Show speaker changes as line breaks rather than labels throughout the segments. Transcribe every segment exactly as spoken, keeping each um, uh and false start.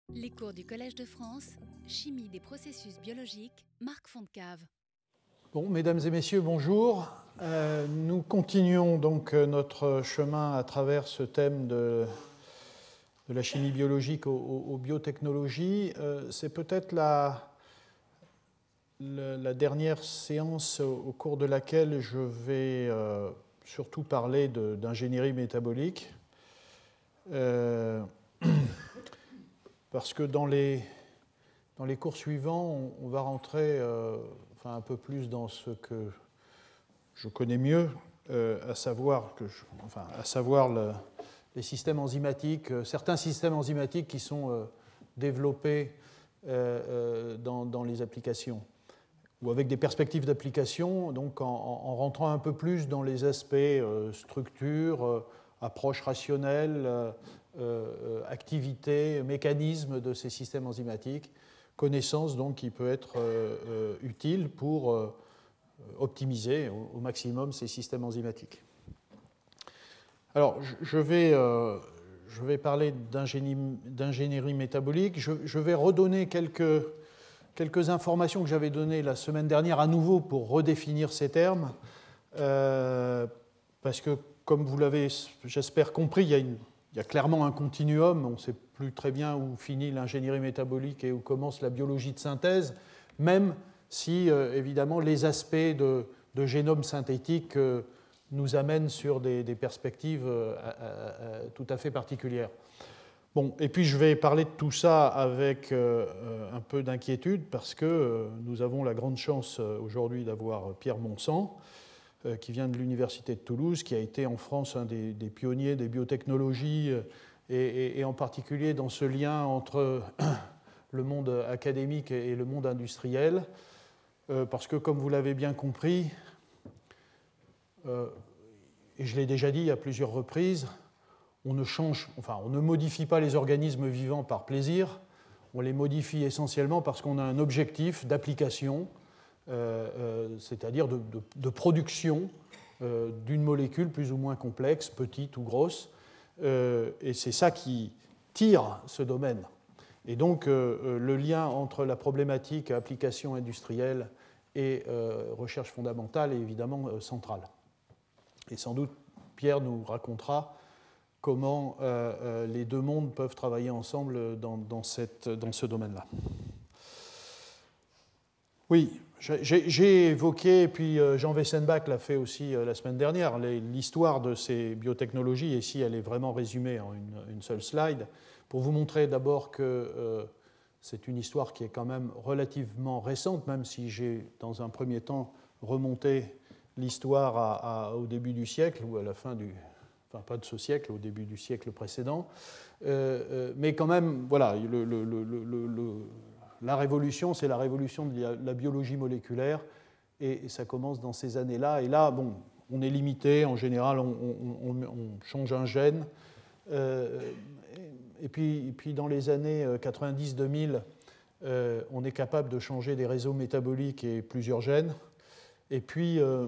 Les cours du Collège de France, Chimie des processus biologiques, Marc Fontcave.
Bon, mesdames et messieurs, bonjour. Euh, nous continuons donc notre chemin à travers ce thème de, de la chimie biologique aux, aux, aux biotechnologies. Euh, c'est peut-être la, la, la dernière séance au, au cours de laquelle je vais euh, surtout parler de, d'ingénierie métabolique. Euh, parce que dans les, dans les cours suivants, on, on va rentrer euh, enfin, un peu plus dans ce que je connais mieux, euh, à savoir, que je, enfin, à savoir le, les systèmes enzymatiques, euh, certains systèmes enzymatiques qui sont euh, développés euh, euh, dans, dans les applications, ou avec des perspectives d'application, donc en, en rentrant un peu plus dans les aspects euh, structure, euh, approche rationnelle, euh, euh, activité, mécanisme de ces systèmes enzymatiques, connaissance donc qui peut être euh, euh, utile pour euh, optimiser au, au maximum ces systèmes enzymatiques. Alors, je vais, euh, je vais parler d'ingénierie, d'ingénierie métabolique. Je, je vais redonner quelques, quelques informations que j'avais données la semaine dernière à nouveau pour redéfinir ces termes, euh, parce que, comme vous l'avez, j'espère, compris, il y a, une, il y a clairement un continuum. On ne sait plus très bien où finit l'ingénierie métabolique et où commence la biologie de synthèse, même si, euh, évidemment, les aspects de, de génome synthétique euh, nous amènent sur des, des perspectives euh, euh, tout à fait particulières. Bon, et puis je vais parler de tout ça avec euh, un peu d'inquiétude parce que euh, nous avons la grande chance euh, aujourd'hui d'avoir Pierre Monsant, euh, qui vient de l'Université de Toulouse, qui a été en France un des, des pionniers des biotechnologies euh, et, et, et en particulier dans ce lien entre le monde académique et le monde industriel, euh, parce que comme vous l'avez bien compris, euh, et je l'ai déjà dit à plusieurs reprises, on ne change, enfin, on ne modifie pas les organismes vivants par plaisir, on les modifie essentiellement parce qu'on a un objectif d'application, euh, euh, c'est-à-dire de, de, de production euh, d'une molécule plus ou moins complexe, petite ou grosse, euh, et c'est ça qui tire ce domaine. Et donc, euh, le lien entre la problématique application industrielle et euh, recherche fondamentale est évidemment euh, central. Et sans doute, Pierre nous racontera comment euh, euh, les deux mondes peuvent travailler ensemble dans, dans, cette, dans ce domaine-là. Oui, j'ai, j'ai évoqué, et puis euh, Jean Wessenbach l'a fait aussi euh, la semaine dernière, les, l'histoire de ces biotechnologies. Et ici, elle est vraiment résumée en une, une seule slide, pour vous montrer d'abord que euh, c'est une histoire qui est quand même relativement récente, même si j'ai, dans un premier temps, remonté l'histoire à, à, au début du siècle, ou à la fin du... Enfin, pas de ce siècle, au début du siècle précédent. Euh, euh, mais quand même, voilà, le, le, le, le, la révolution, c'est la révolution de la, la biologie moléculaire, et, et ça commence dans ces années-là. Et là, bon, on est limité, en général, on, on, on, on change un gène. Euh, et, puis, et puis, dans les années quatre-vingt-dix deux mille, euh, on est capable de changer des réseaux métaboliques et plusieurs gènes. Et puis... Euh,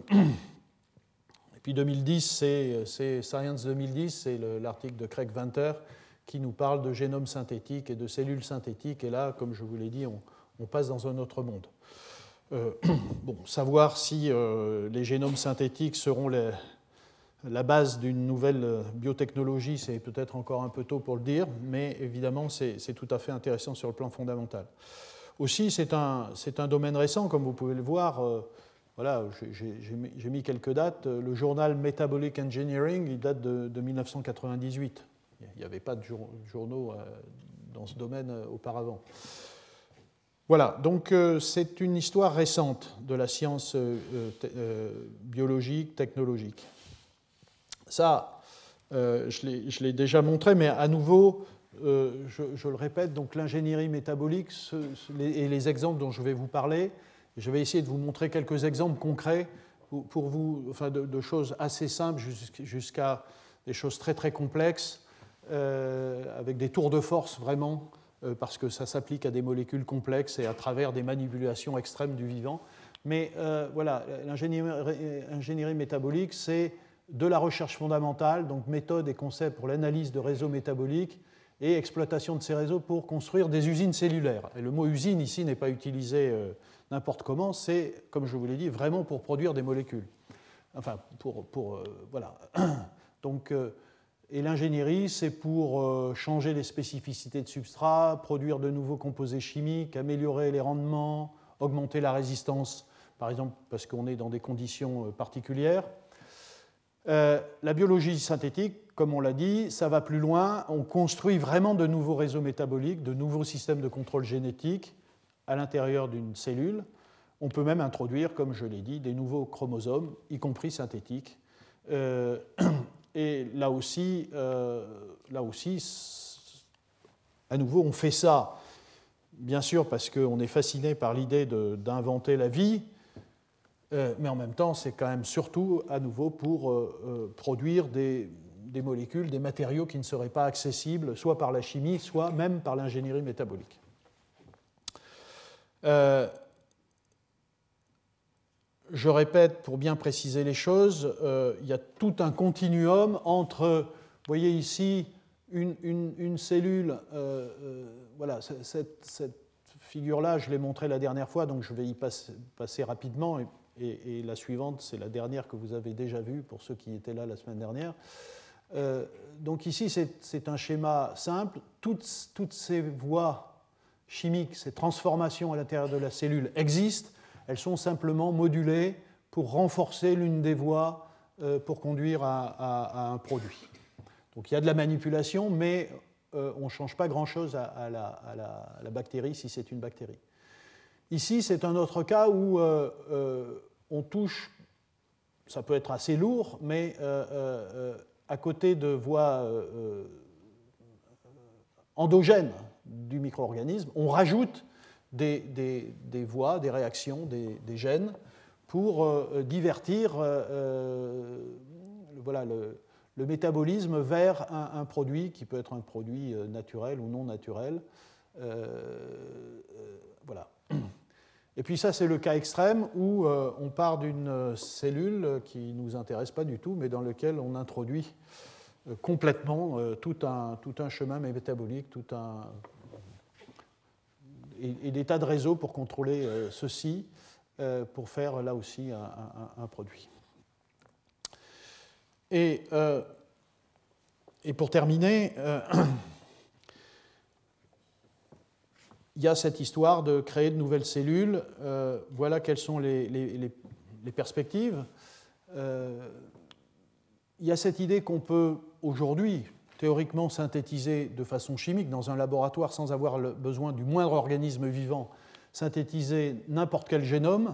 Et puis deux mille dix, c'est, c'est Science deux mille dix, c'est le, l'article de Craig Venter qui nous parle de génome synthétique et de cellules synthétiques. Et là, comme je vous l'ai dit, on, on passe dans un autre monde. Euh, bon, savoir si euh, les génomes synthétiques seront les, la base d'une nouvelle biotechnologie, c'est peut-être encore un peu tôt pour le dire, mais évidemment, c'est, c'est tout à fait intéressant sur le plan fondamental. Aussi, c'est un, c'est un domaine récent, comme vous pouvez le voir. Euh, Voilà, j'ai, j'ai mis quelques dates. Le journal Metabolic Engineering, il date de, de mille neuf cent quatre-vingt-dixhuit. Il n'y avait pas de jour, journaux dans ce domaine auparavant. Voilà, donc euh, c'est une histoire récente de la science euh, euh, biologique, technologique. Ça, euh, je, l'ai, je l'ai déjà montré, mais à nouveau, euh, je, je le répète, donc l'ingénierie métabolique ce, ce, les, et les exemples dont je vais vous parler, je vais essayer de vous montrer quelques exemples concrets pour, pour vous, enfin de, de choses assez simples jusqu'à des choses très très complexes, euh, avec des tours de force vraiment, euh, parce que ça s'applique à des molécules complexes et à travers des manipulations extrêmes du vivant. Mais euh, voilà, l'ingénierie, l'ingénierie métabolique, c'est de la recherche fondamentale, donc méthode et concept pour l'analyse de réseaux métaboliques, et exploitation de ces réseaux pour construire des usines cellulaires. Et le mot usine ici n'est pas utilisé euh, n'importe comment, c'est, comme je vous l'ai dit, vraiment pour produire des molécules. Enfin, pour... pour euh, voilà. Donc, euh, et l'ingénierie, c'est pour euh, changer les spécificités de substrat, produire de nouveaux composés chimiques, améliorer les rendements, augmenter la résistance, par exemple parce qu'on est dans des conditions euh, particulières. Euh, la biologie synthétique, comme on l'a dit, ça va plus loin. On construit vraiment de nouveaux réseaux métaboliques, de nouveaux systèmes de contrôle génétique à l'intérieur d'une cellule. On peut même introduire, comme je l'ai dit, des nouveaux chromosomes, y compris synthétiques. Euh, et là aussi, euh, là aussi, à nouveau, on fait ça, bien sûr, parce qu'on est fasciné par l'idée de, d'inventer la vie, euh, mais en même temps, c'est quand même surtout, à nouveau, pour euh, euh, produire des, des molécules, des matériaux qui ne seraient pas accessibles, soit par la chimie, soit même par l'ingénierie métabolique. Euh, Je répète, pour bien préciser les choses, euh, il y a tout un continuum entre, vous voyez ici, une, une, une cellule, euh, euh, voilà, cette, cette figure-là, je l'ai montrée la dernière fois, donc je vais y passer, passer rapidement, et, et, et la suivante, c'est la dernière que vous avez déjà vue, pour ceux qui étaient là la semaine dernière. Euh, donc ici, c'est, c'est un schéma simple. Toutes, toutes ces voies chimiques, ces transformations à l'intérieur de la cellule existent. Elles sont simplement modulées pour renforcer l'une des voies euh, pour conduire à, à, à un produit. Donc il y a de la manipulation, mais euh, on ne change pas grand-chose à, à, la, à, la, à la bactérie si c'est une bactérie. Ici, c'est un autre cas où euh, euh, on touche, ça peut être assez lourd, mais euh, euh, à côté de voies euh, endogènes du micro-organisme, on rajoute Des, des, des voies, des réactions, des, des gènes pour euh, divertir euh, voilà, le, le métabolisme vers un, un produit qui peut être un produit naturel ou non naturel. Euh, euh, voilà. Et puis ça, c'est le cas extrême où euh, on part d'une cellule qui ne nous intéresse pas du tout, mais dans laquelle on introduit euh, complètement euh, tout, un, tout un chemin métabolique, tout un... et des tas de réseaux pour contrôler euh, ceci, euh, pour faire là aussi un, un, un produit. Et, euh, et pour terminer, euh, il y a cette histoire de créer de nouvelles cellules. Euh, voilà quelles sont les, les, les perspectives. Euh, il y a cette idée qu'on peut aujourd'hui théoriquement synthétiser de façon chimique dans un laboratoire sans avoir le besoin du moindre organisme vivant, synthétiser n'importe quel génome,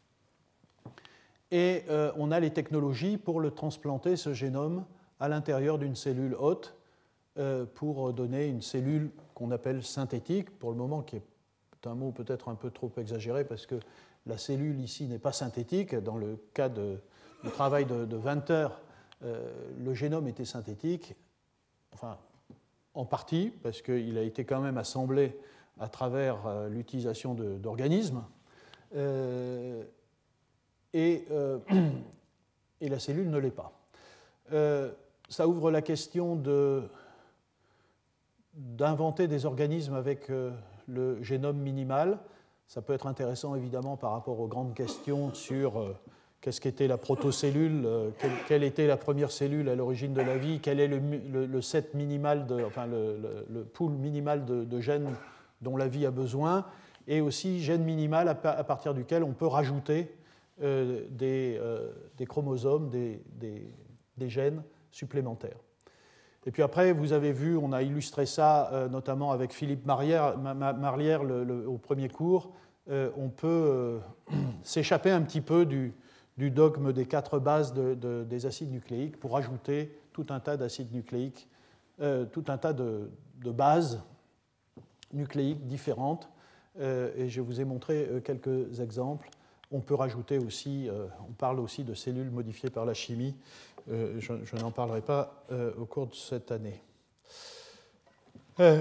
et euh, on a les technologies pour le transplanter, ce génome, à l'intérieur d'une cellule hôte euh, pour donner une cellule qu'on appelle synthétique, pour le moment qui est un mot peut-être un peu trop exagéré parce que la cellule ici n'est pas synthétique. Dans le cas de, du travail de, de Venter, euh, le génome était synthétique. Enfin, en partie, parce qu'il a été quand même assemblé à travers euh, l'utilisation de, d'organismes. Euh, et, euh, et la cellule ne l'est pas. Euh, ça ouvre la question de, d'inventer des organismes avec euh, le génome minimal. Ça peut être intéressant, évidemment, par rapport aux grandes questions sur... Euh, Qu'est-ce qu'était la protocellule, quelle, quelle était la première cellule à l'origine de la vie, quel est le, le, le set minimal, de, enfin le, le, le pool minimal de, de gènes dont la vie a besoin, et aussi gène minimal à, à partir duquel on peut rajouter euh, des, euh, des chromosomes, des, des, des gènes supplémentaires. Et puis après, vous avez vu, on a illustré ça euh, notamment avec Philippe Marlière, Marlière le, le, au premier cours, euh, on peut euh, s'échapper un petit peu du du dogme des quatre bases de, de, des acides nucléiques pour ajouter tout un tas d'acides nucléiques, euh, tout un tas de, de bases nucléiques différentes. Euh, et je vous ai montré euh, quelques exemples. On peut rajouter aussi, euh, on parle aussi de cellules modifiées par la chimie. Euh, je, je n'en parlerai pas euh, au cours de cette année. Euh,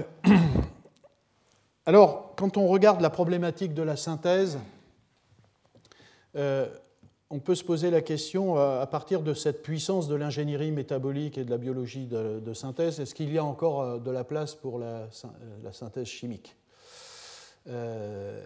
alors, quand on regarde la problématique de la synthèse, euh, on peut se poser la question, à partir de cette puissance de l'ingénierie métabolique et de la biologie de, de synthèse, est-ce qu'il y a encore de la place pour la, la synthèse chimique? euh,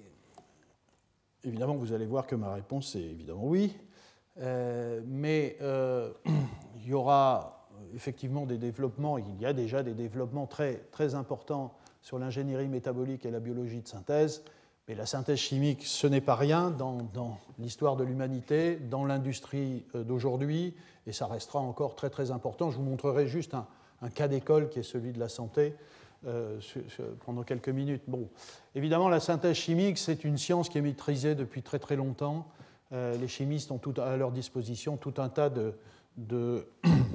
Évidemment, vous allez voir que ma réponse est évidemment oui, euh, mais euh, il y aura effectivement des développements, il y a déjà des développements très, très importants sur l'ingénierie métabolique et la biologie de synthèse, mais la synthèse chimique, ce n'est pas rien dans, dans l'histoire de l'humanité, dans l'industrie d'aujourd'hui, et ça restera encore très très important. Je vous montrerai juste un, un cas d'école qui est celui de la santé euh, pendant quelques minutes. Bon, évidemment, la synthèse chimique, c'est une science qui est maîtrisée depuis très très longtemps. Euh, les chimistes ont tout à leur disposition tout un tas de, de,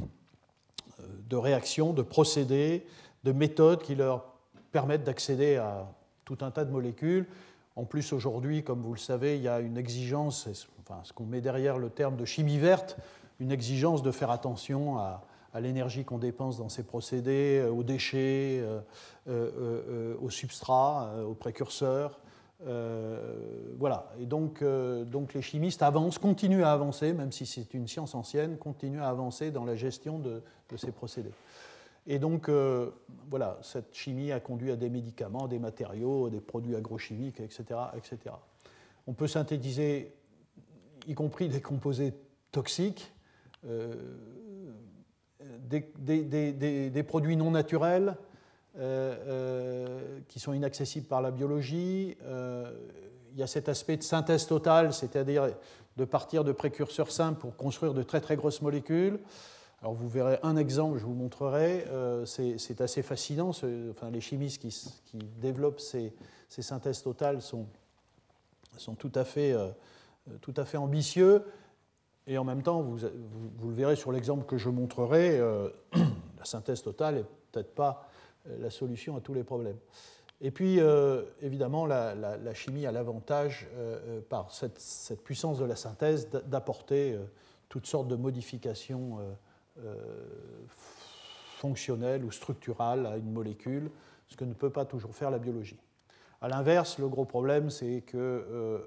de réactions, de procédés, de méthodes qui leur permettent d'accéder à tout un tas de molécules. En plus, aujourd'hui, comme vous le savez, il y a une exigence, enfin, ce qu'on met derrière le terme de chimie verte, une exigence de faire attention à, à l'énergie qu'on dépense dans ces procédés, aux déchets, euh, euh, euh, aux substrats, euh, aux précurseurs. Euh, voilà. Et donc, euh, donc les chimistes avancent, continuent à avancer, même si c'est une science ancienne, continuent à avancer dans la gestion de, de ces procédés. Et donc, euh, voilà, cette chimie a conduit à des médicaments, des matériaux, des produits agrochimiques, et cetera, et cetera. On peut synthétiser, y compris des composés toxiques, euh, des, des, des, des produits non naturels euh, euh, qui sont inaccessibles par la biologie. Euh, il y a cet aspect de synthèse totale, c'est-à-dire de partir de précurseurs simples pour construire de très très grosses molécules. Alors vous verrez un exemple, je vous montrerai, euh, c'est, c'est assez fascinant. Ce, enfin, les chimistes qui, qui développent ces, ces synthèses totales sont, sont tout, à fait, euh, tout à fait ambitieux. Et en même temps, vous, vous, vous le verrez sur l'exemple que je montrerai, euh, la synthèse totale n'est peut-être pas la solution à tous les problèmes. Et puis, euh, évidemment, la, la, la chimie a l'avantage, euh, par cette, cette puissance de la synthèse, d'apporter euh, toutes sortes de modifications euh, Euh, fonctionnelle ou structurale à une molécule, ce que ne peut pas toujours faire la biologie. A l'inverse, le gros problème, c'est qu'il euh,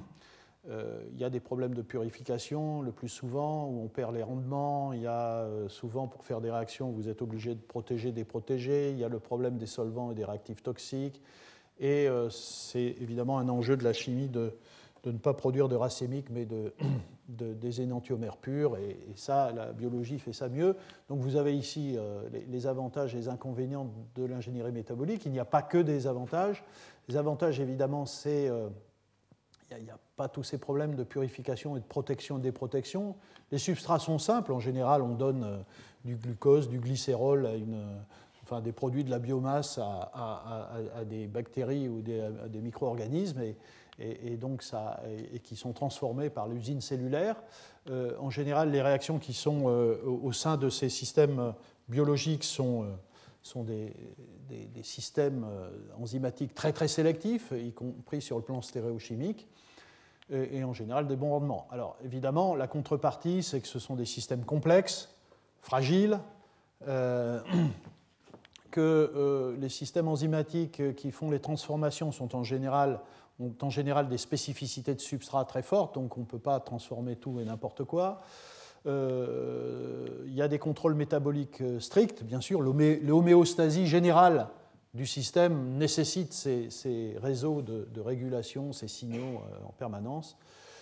euh, y a des problèmes de purification le plus souvent, où on perd les rendements. Il y a euh, souvent, pour faire des réactions, vous êtes obligé de protéger des protégés. Il y a le problème des solvants et des réactifs toxiques. Et euh, c'est évidemment un enjeu de la chimie de, de ne pas produire de racémique, mais de, de, des énantiomères purs, et, et ça, la biologie fait ça mieux. Donc vous avez ici euh, les, les avantages et les inconvénients de l'ingénierie métabolique. Il n'y a pas que des avantages. Les avantages, évidemment, c'est euh, il n'y a, a pas tous ces problèmes de purification et de protection et de déprotection. Les substrats sont simples. En général, on donne euh, du glucose, du glycérol, à une, euh, enfin des produits de la biomasse à, à, à, à des bactéries ou des, à des micro-organismes, et Et, et, donc ça, et, et qui sont transformés par l'usine cellulaire. Euh, en général, les réactions qui sont euh, au, au sein de ces systèmes biologiques sont, euh, sont des, des, des systèmes euh, enzymatiques très très sélectifs, y compris sur le plan stéréochimique, et, et en général des bons rendements. Alors évidemment, la contrepartie, c'est que ce sont des systèmes complexes, fragiles, euh, que euh, les systèmes enzymatiques qui font les transformations sont en général ont en général des spécificités de substrat très fortes, donc on ne peut pas transformer tout et n'importe quoi. Euh, il y a des contrôles métaboliques stricts, bien sûr. L'homéostasie générale du système nécessite ces, ces réseaux de, de régulation, ces signaux euh, en permanence.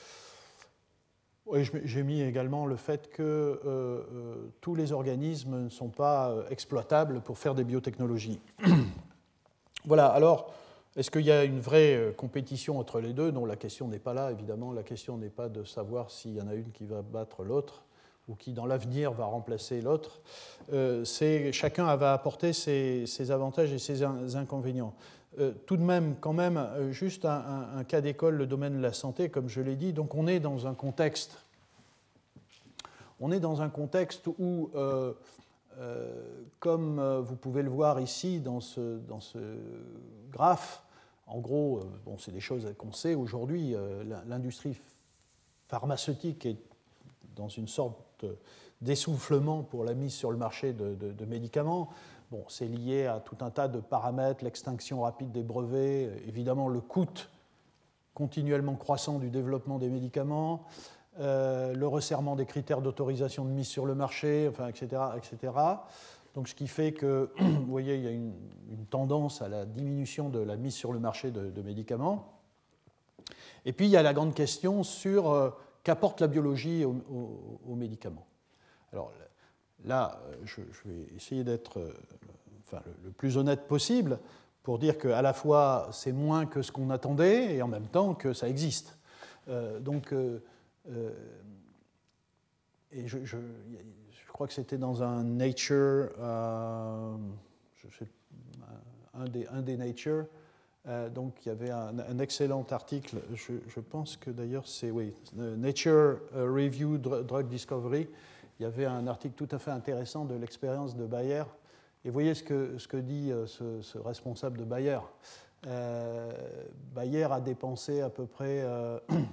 Et j'ai mis également le fait que euh, euh, tous les organismes ne sont pas exploitables pour faire des biotechnologies. Voilà, alors... Est-ce qu'il y a une vraie compétition entre les deux? Non, la question n'est pas là, évidemment. La question n'est pas de savoir s'il y en a une qui va battre l'autre ou qui, dans l'avenir, va remplacer l'autre. Euh, c'est, chacun va apporter ses, ses avantages et ses inconvénients. Euh, tout de même, quand même, juste un, un, un cas d'école, le domaine de la santé, comme je l'ai dit. Donc, on est dans un contexte, on est dans un contexte où... Euh, Euh, comme vous pouvez le voir ici dans ce, dans ce graphe, en gros, bon, c'est des choses qu'on sait aujourd'hui, euh, l'industrie pharmaceutique est dans une sorte d'essoufflement pour la mise sur le marché de, de, de médicaments. Bon, c'est lié à tout un tas de paramètres, l'extinction rapide des brevets, évidemment le coût continuellement croissant du développement des médicaments, euh, le resserrement des critères d'autorisation de mise sur le marché, enfin, et cetera, et cetera. Donc, ce qui fait que, vous voyez, il y a une, une tendance à la diminution de la mise sur le marché de, de médicaments. Et puis, il y a la grande question sur euh, qu'apporte la biologie aux, aux, aux médicaments. Alors, là, je, je vais essayer d'être euh, enfin, le, le plus honnête possible pour dire qu'à la fois, c'est moins que ce qu'on attendait et en même temps que ça existe. Euh, donc, euh, euh, et je, je, je crois que c'était dans un Nature, euh, je sais, un, des, un des Nature, euh, donc il y avait un, un excellent article, je, je pense que d'ailleurs c'est, oui, Nature Review Drug Discovery, il y avait un article tout à fait intéressant de l'expérience de Bayer. Et vous voyez ce que, ce que dit ce, ce responsable de Bayer. Euh, Bayer a dépensé à peu près euh,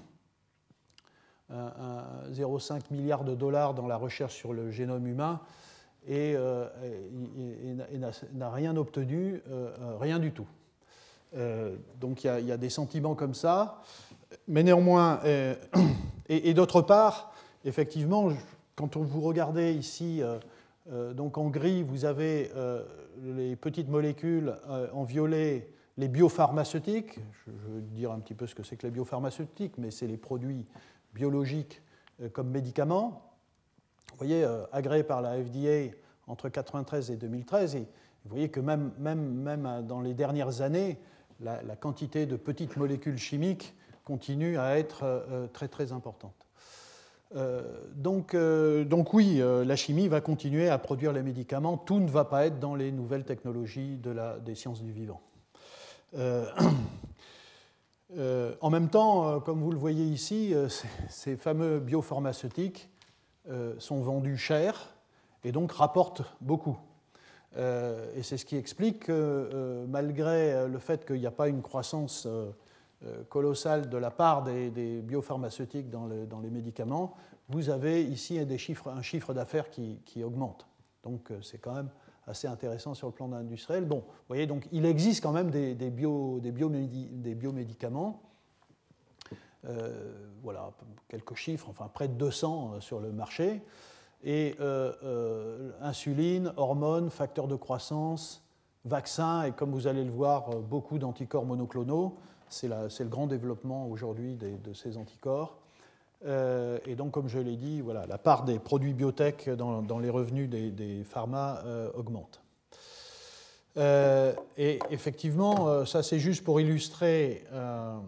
zéro virgule cinq milliard de dollars dans la recherche sur le génome humain et, euh, et, et, et n'a rien obtenu, euh, rien du tout. Euh, donc il y, y a des sentiments comme ça, mais néanmoins, euh, et, et d'autre part, effectivement, quand vous regardez ici, euh, euh, donc en gris, vous avez euh, les petites molécules, euh, en violet, les biopharmaceutiques. Je, je veux dire un petit peu ce que c'est que les biopharmaceutiques, mais c'est les produits biologiques euh, comme médicaments. Vous voyez, euh, agréés par la F D A entre mille neuf cent quatre-vingt-treize et deux mille treize, et vous voyez que même, même, même dans les dernières années, la, la quantité de petites molécules chimiques continue à être euh, très très importante. Euh, donc, euh, donc oui, euh, la chimie va continuer à produire les médicaments. Tout ne va pas être dans les nouvelles technologies de la, des sciences du vivant. Euh, euh, en même temps, euh, comme vous le voyez ici, euh, ces, ces fameux biopharmaceutiques euh, sont vendus cher et donc rapportent beaucoup. Euh, et c'est ce qui explique que euh, malgré le fait qu'il n'y a pas une croissance euh, colossale de la part des, des biopharmaceutiques dans, le, dans les médicaments, vous avez ici des chiffres, un chiffre d'affaires qui, qui augmente. Donc c'est quand même assez intéressant sur le plan industriel. Bon, vous voyez, donc il existe quand même des, des, bio, des, biomédi, des biomédicaments. Euh, voilà, quelques chiffres, enfin près de deux cents sur le marché. Et euh, euh, insuline, hormones, facteurs de croissance, vaccins, et comme vous allez le voir, beaucoup d'anticorps monoclonaux. C'est, la, c'est le grand développement aujourd'hui de, de ces anticorps. Euh, et donc, comme je l'ai dit, voilà, la part des produits biotech dans, dans les revenus des, des pharma euh, augmente. Euh, et effectivement, euh, ça c'est juste pour illustrer, euh,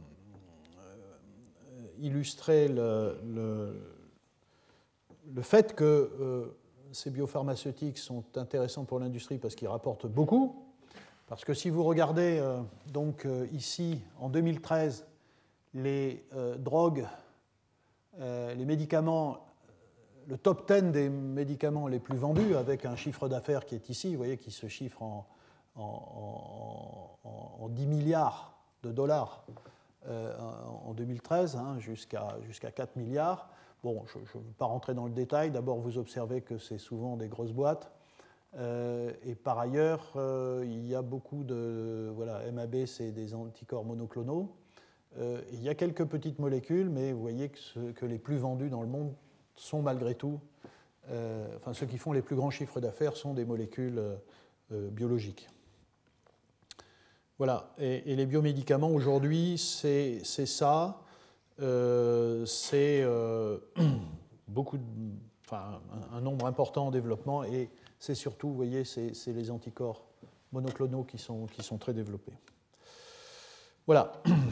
illustrer le, le, le fait que euh, ces biopharmaceutiques sont intéressants pour l'industrie parce qu'ils rapportent beaucoup. Parce que si vous regardez euh, donc, euh, ici, en deux mille treize, les euh, drogues, euh, les médicaments, le top dix des médicaments les plus vendus, avec un chiffre d'affaires qui est ici, vous voyez, qui se chiffre en, en, en, en dix milliards de dollars euh, en deux mille treize, hein, jusqu'à, jusqu'à quatre milliards. Bon, je ne veux pas rentrer dans le détail. D'abord, vous observez que c'est souvent des grosses boîtes. Euh, et par ailleurs, euh, il y a beaucoup de... Voilà, M A B, c'est des anticorps monoclonaux. Euh, il y a quelques petites molécules, mais vous voyez que, ce, que les plus vendus dans le monde sont malgré tout... Euh, enfin, ceux qui font les plus grands chiffres d'affaires sont des molécules euh, biologiques. Voilà. Et, et les biomédicaments, aujourd'hui, c'est, c'est ça. Euh, c'est euh, beaucoup de... Enfin, un, un nombre important en développement et... C'est surtout, vous voyez, c'est, c'est les anticorps monoclonaux qui sont, qui sont très développés. Voilà.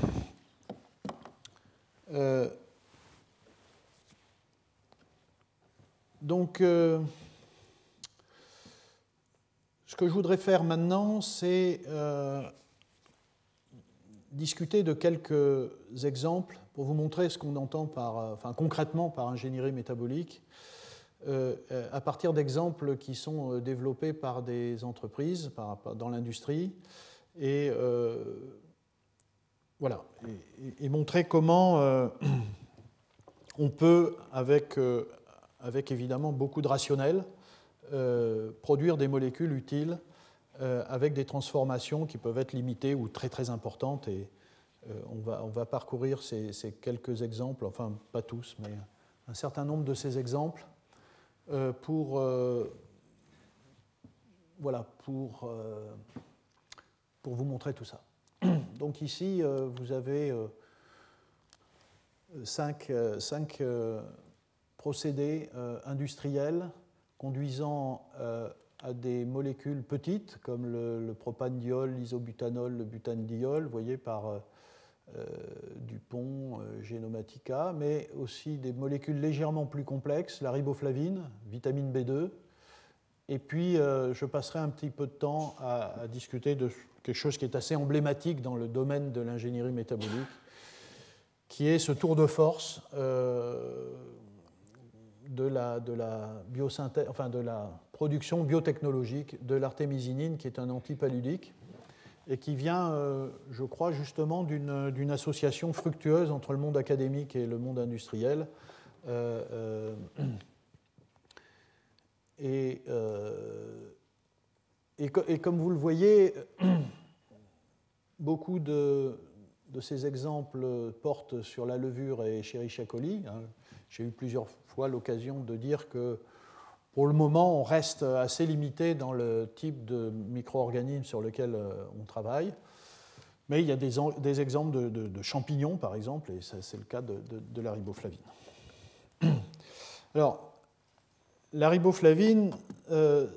Euh, donc, euh, ce que je voudrais faire maintenant, c'est euh, discuter de quelques exemples pour vous montrer ce qu'on entend par, enfin, concrètement par ingénierie métabolique. Euh, à partir d'exemples qui sont développés par des entreprises, par, par, dans l'industrie, et euh, voilà, et, et montrer comment euh, on peut, avec, euh, avec évidemment beaucoup de rationnel, euh, produire des molécules utiles euh, avec des transformations qui peuvent être limitées ou très très importantes. Et euh, on va, on va parcourir ces, ces quelques exemples, enfin pas tous, mais un certain nombre de ces exemples euh, pour, euh, voilà, pour, euh, pour vous montrer tout ça. Donc ici, euh, vous avez euh, cinq, euh, cinq euh, procédés euh, industriels conduisant euh, à des molécules petites, comme le, le propanediol, l'isobutanol, le butanediol, vous voyez, par euh, Dupont, euh, Genomatica, mais aussi des molécules légèrement plus complexes, la riboflavine, vitamine B deux, et puis euh, je passerai un petit peu de temps à, à discuter de quelque chose qui est assez emblématique dans le domaine de l'ingénierie métabolique, qui est ce tour de force euh, de la, de la biosynthèse, enfin de la production biotechnologique de l'artémisinine, qui est un antipaludique, et qui vient, euh, je crois, justement d'une, d'une association fructueuse entre le monde académique et le monde industriel. Euh, euh, et, euh, et, et comme vous le voyez, beaucoup de, de ces exemples portent sur la levure et Escherichia coli. J'ai eu plusieurs fois l'occasion de dire que pour le moment, on reste assez limité dans le type de micro-organismes sur lequel on travaille. Mais il y a des, des exemples de, de, de champignons, par exemple, et ça, c'est le cas de, de, de la riboflavine. Alors, la riboflavine, euh,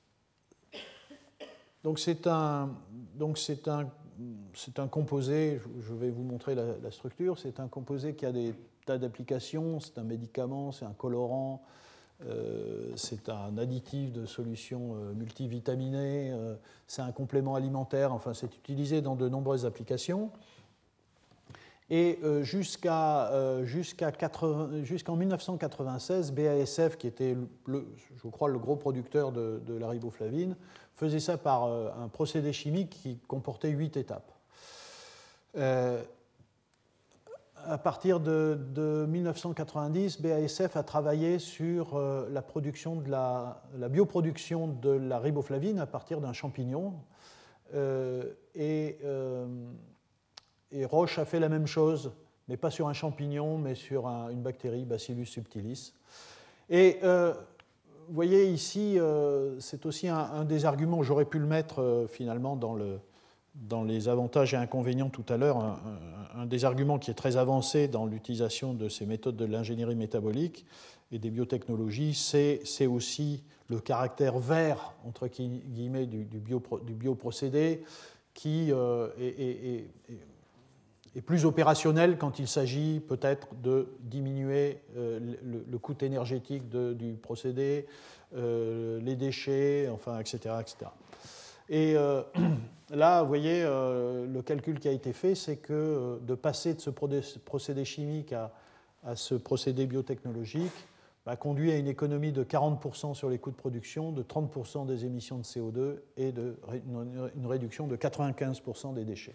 donc c'est un, donc c'est un, c'est un composé, je vais vous montrer la, la structure, c'est un composé qui a des tas d'applications, c'est un médicament, c'est un colorant, Euh, c'est un additif de solution euh, multivitaminée, euh, c'est un complément alimentaire, enfin c'est utilisé dans de nombreuses applications. Et euh, jusqu'à, euh, jusqu'à jusqu'en dix-neuf cent quatre-vingt-seize, B A S F, qui était, le, je crois, le gros producteur de, de la riboflavine, faisait ça par euh, un procédé chimique qui comportait huit étapes. Euh, À partir de, de dix-neuf cent quatre-vingt-dix, B A S F a travaillé sur euh, la, production de la, la bioproduction de la riboflavine à partir d'un champignon. Euh, et, euh, et Roche a fait la même chose, mais pas sur un champignon, mais sur un, une bactérie, Bacillus subtilis. Et euh, vous voyez ici, euh, c'est aussi un, un des arguments, j'aurais pu le mettre euh, finalement dans le... dans les avantages et inconvénients tout à l'heure, un, un, un des arguments qui est très avancé dans l'utilisation de ces méthodes de l'ingénierie métabolique et des biotechnologies, c'est, c'est aussi le caractère vert, entre guillemets, du, du, bio, du bioprocédé qui euh, est, est, est, est plus opérationnel quand il s'agit peut-être de diminuer euh, le, le coût énergétique de, du procédé, euh, les déchets, enfin, et cetera, et cetera. Et euh, là, vous voyez, euh, le calcul qui a été fait, c'est que euh, de passer de ce procédé chimique à, à ce procédé biotechnologique bah, conduit à une économie de quarante pour cent sur les coûts de production, de trente pour cent des émissions de C O deux et de, une réduction de quatre-vingt-quinze pour cent des déchets.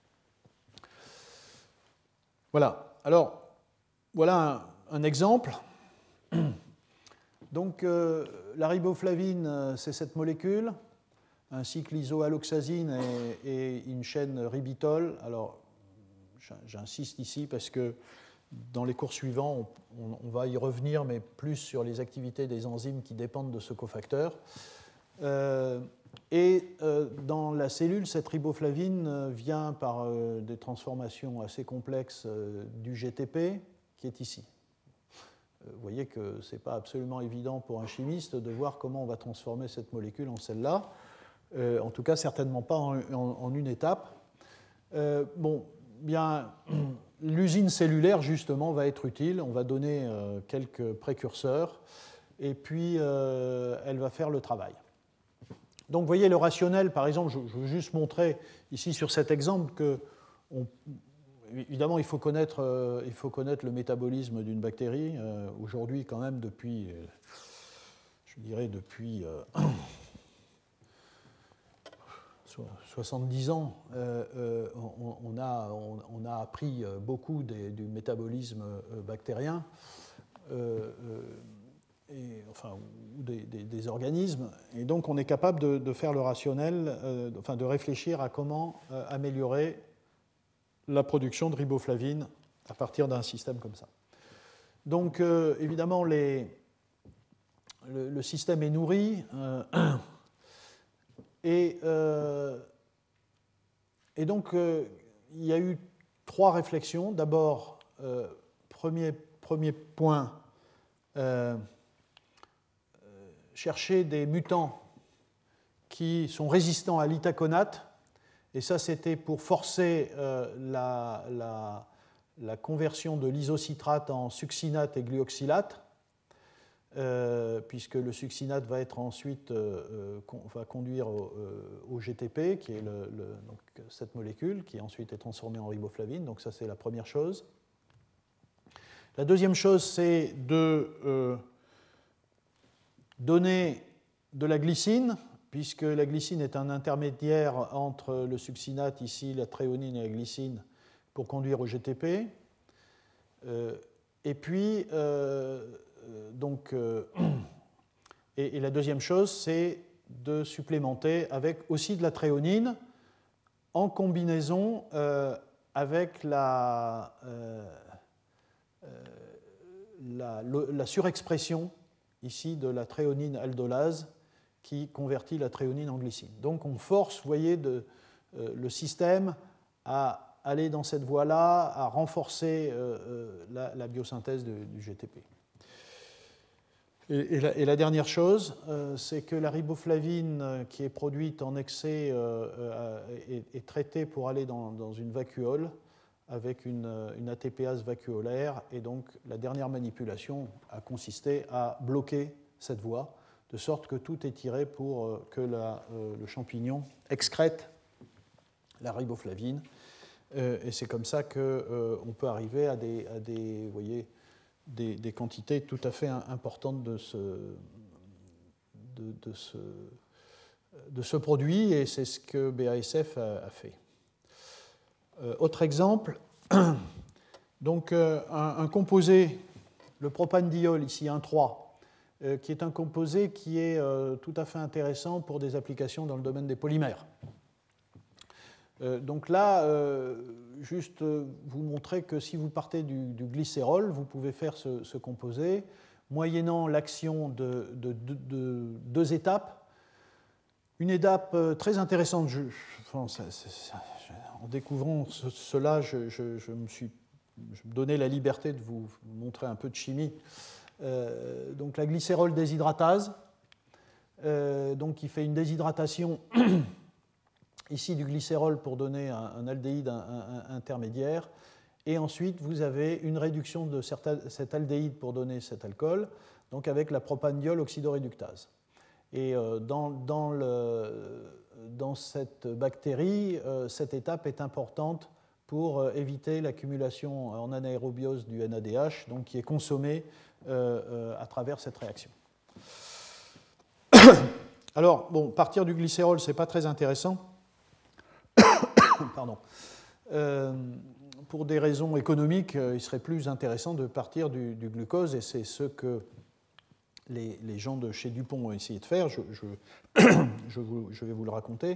Voilà. Alors, voilà un, un exemple. Donc, euh, la riboflavine, c'est cette molécule, ainsi que l'isoalloxazine et, et une chaîne ribitol. Alors, j'insiste ici parce que dans les cours suivants, on, on, on va y revenir, mais plus sur les activités des enzymes qui dépendent de ce cofacteur. Euh, et euh, dans la cellule, cette riboflavine vient par euh, des transformations assez complexes euh, du G T P, qui est ici. Euh, vous voyez que ce n'est pas absolument évident pour un chimiste de voir comment on va transformer cette molécule en celle-là. Euh, en tout cas, certainement pas en, en, en une étape. Euh, bon, bien, l'usine cellulaire, justement, va être utile. On va donner euh, quelques précurseurs, et puis euh, elle va faire le travail. Donc, vous voyez, le rationnel, par exemple, je, je veux juste montrer ici sur cet exemple que, on, évidemment, il faut, connaître, euh, il faut connaître le métabolisme d'une bactérie. Euh, aujourd'hui, quand même, depuis, euh, je dirais, depuis... Euh, soixante-dix ans, euh, euh, on, on, a, on, on a appris beaucoup des, du métabolisme bactérien, euh, et, enfin, ou des, des, des organismes, et donc on est capable de, de faire le rationnel, euh, enfin de réfléchir à comment euh, améliorer la production de riboflavine à partir d'un système comme ça. Donc, euh, évidemment, les, le, le système est nourri. Euh, et, euh, et donc, euh, il y a eu trois réflexions. D'abord, euh, premier, premier point, euh, chercher des mutants qui sont résistants à l'itaconate. Et ça, c'était pour forcer euh, la, la, la conversion de l'isocitrate en succinate et gluoxylate, euh, puisque le succinate va être ensuite euh, con, va conduire au, euh, au G T P, qui est le, le, donc cette molécule, qui ensuite est transformée en riboflavine. Donc ça, c'est la première chose. La deuxième chose, c'est de euh, donner de la glycine, puisque la glycine est un intermédiaire entre le succinate, ici la thréonine et la glycine, pour conduire au G T P. Euh, et puis, euh, donc, euh, et, et la deuxième chose, c'est de supplémenter avec aussi de la thréonine en combinaison euh, avec la, euh, la, la surexpression ici de la thréonine aldolase qui convertit la thréonine en glycine. Donc on force, vous voyez, de, euh, le système à aller dans cette voie-là, à renforcer euh, euh, la, la biosynthèse de, du G T P. Et, et, la, et la dernière chose, euh, c'est que la riboflavine euh, qui est produite en excès euh, euh, est, est traitée pour aller dans, dans une vacuole avec une, une A T Pase vacuolaire, et donc la dernière manipulation a consisté à bloquer cette voie, de sorte que tout est tiré pour euh, que la, euh, le champignon excrète la riboflavine, euh, et c'est comme ça qu'on euh, peut arriver à des, à des, vous voyez, des, des quantités tout à fait importantes de ce, de, de ce, de ce produit, et c'est ce que B A S F a, a fait. Euh, autre exemple, donc euh, un, un composé, le propandiol, ici un trois, euh, qui est un composé qui est euh, tout à fait intéressant pour des applications dans le domaine des polymères. Euh, donc là, euh, juste euh, vous montrer que si vous partez du, du glycérol, vous pouvez faire ce, ce composé, moyennant l'action de, de, de, de deux étapes. Une étape très intéressante, je, enfin, ça, ça, ça, en découvrant ce, cela, je, je, je me suis je me donnais la liberté de vous montrer un peu de chimie. Euh, donc la glycérol déshydratase, euh, donc qui fait une déshydratation ici du glycérol pour donner un, un aldéhyde un, un, intermédiaire, et ensuite vous avez une réduction de cet aldéhyde pour donner cet alcool, donc avec la propandiol oxydoréductase. Et euh, dans, dans, le, dans cette bactérie, euh, cette étape est importante pour euh, éviter l'accumulation en anaérobiose du N A D H, donc qui est consommé euh, euh, à travers cette réaction. Alors, bon, partir du glycérol, ce n'est pas très intéressant. Pardon. Euh, pour des raisons économiques, il serait plus intéressant de partir du, du glucose, et c'est ce que les, les gens de chez Dupont ont essayé de faire. Je, je, je, vous, je vais vous le raconter.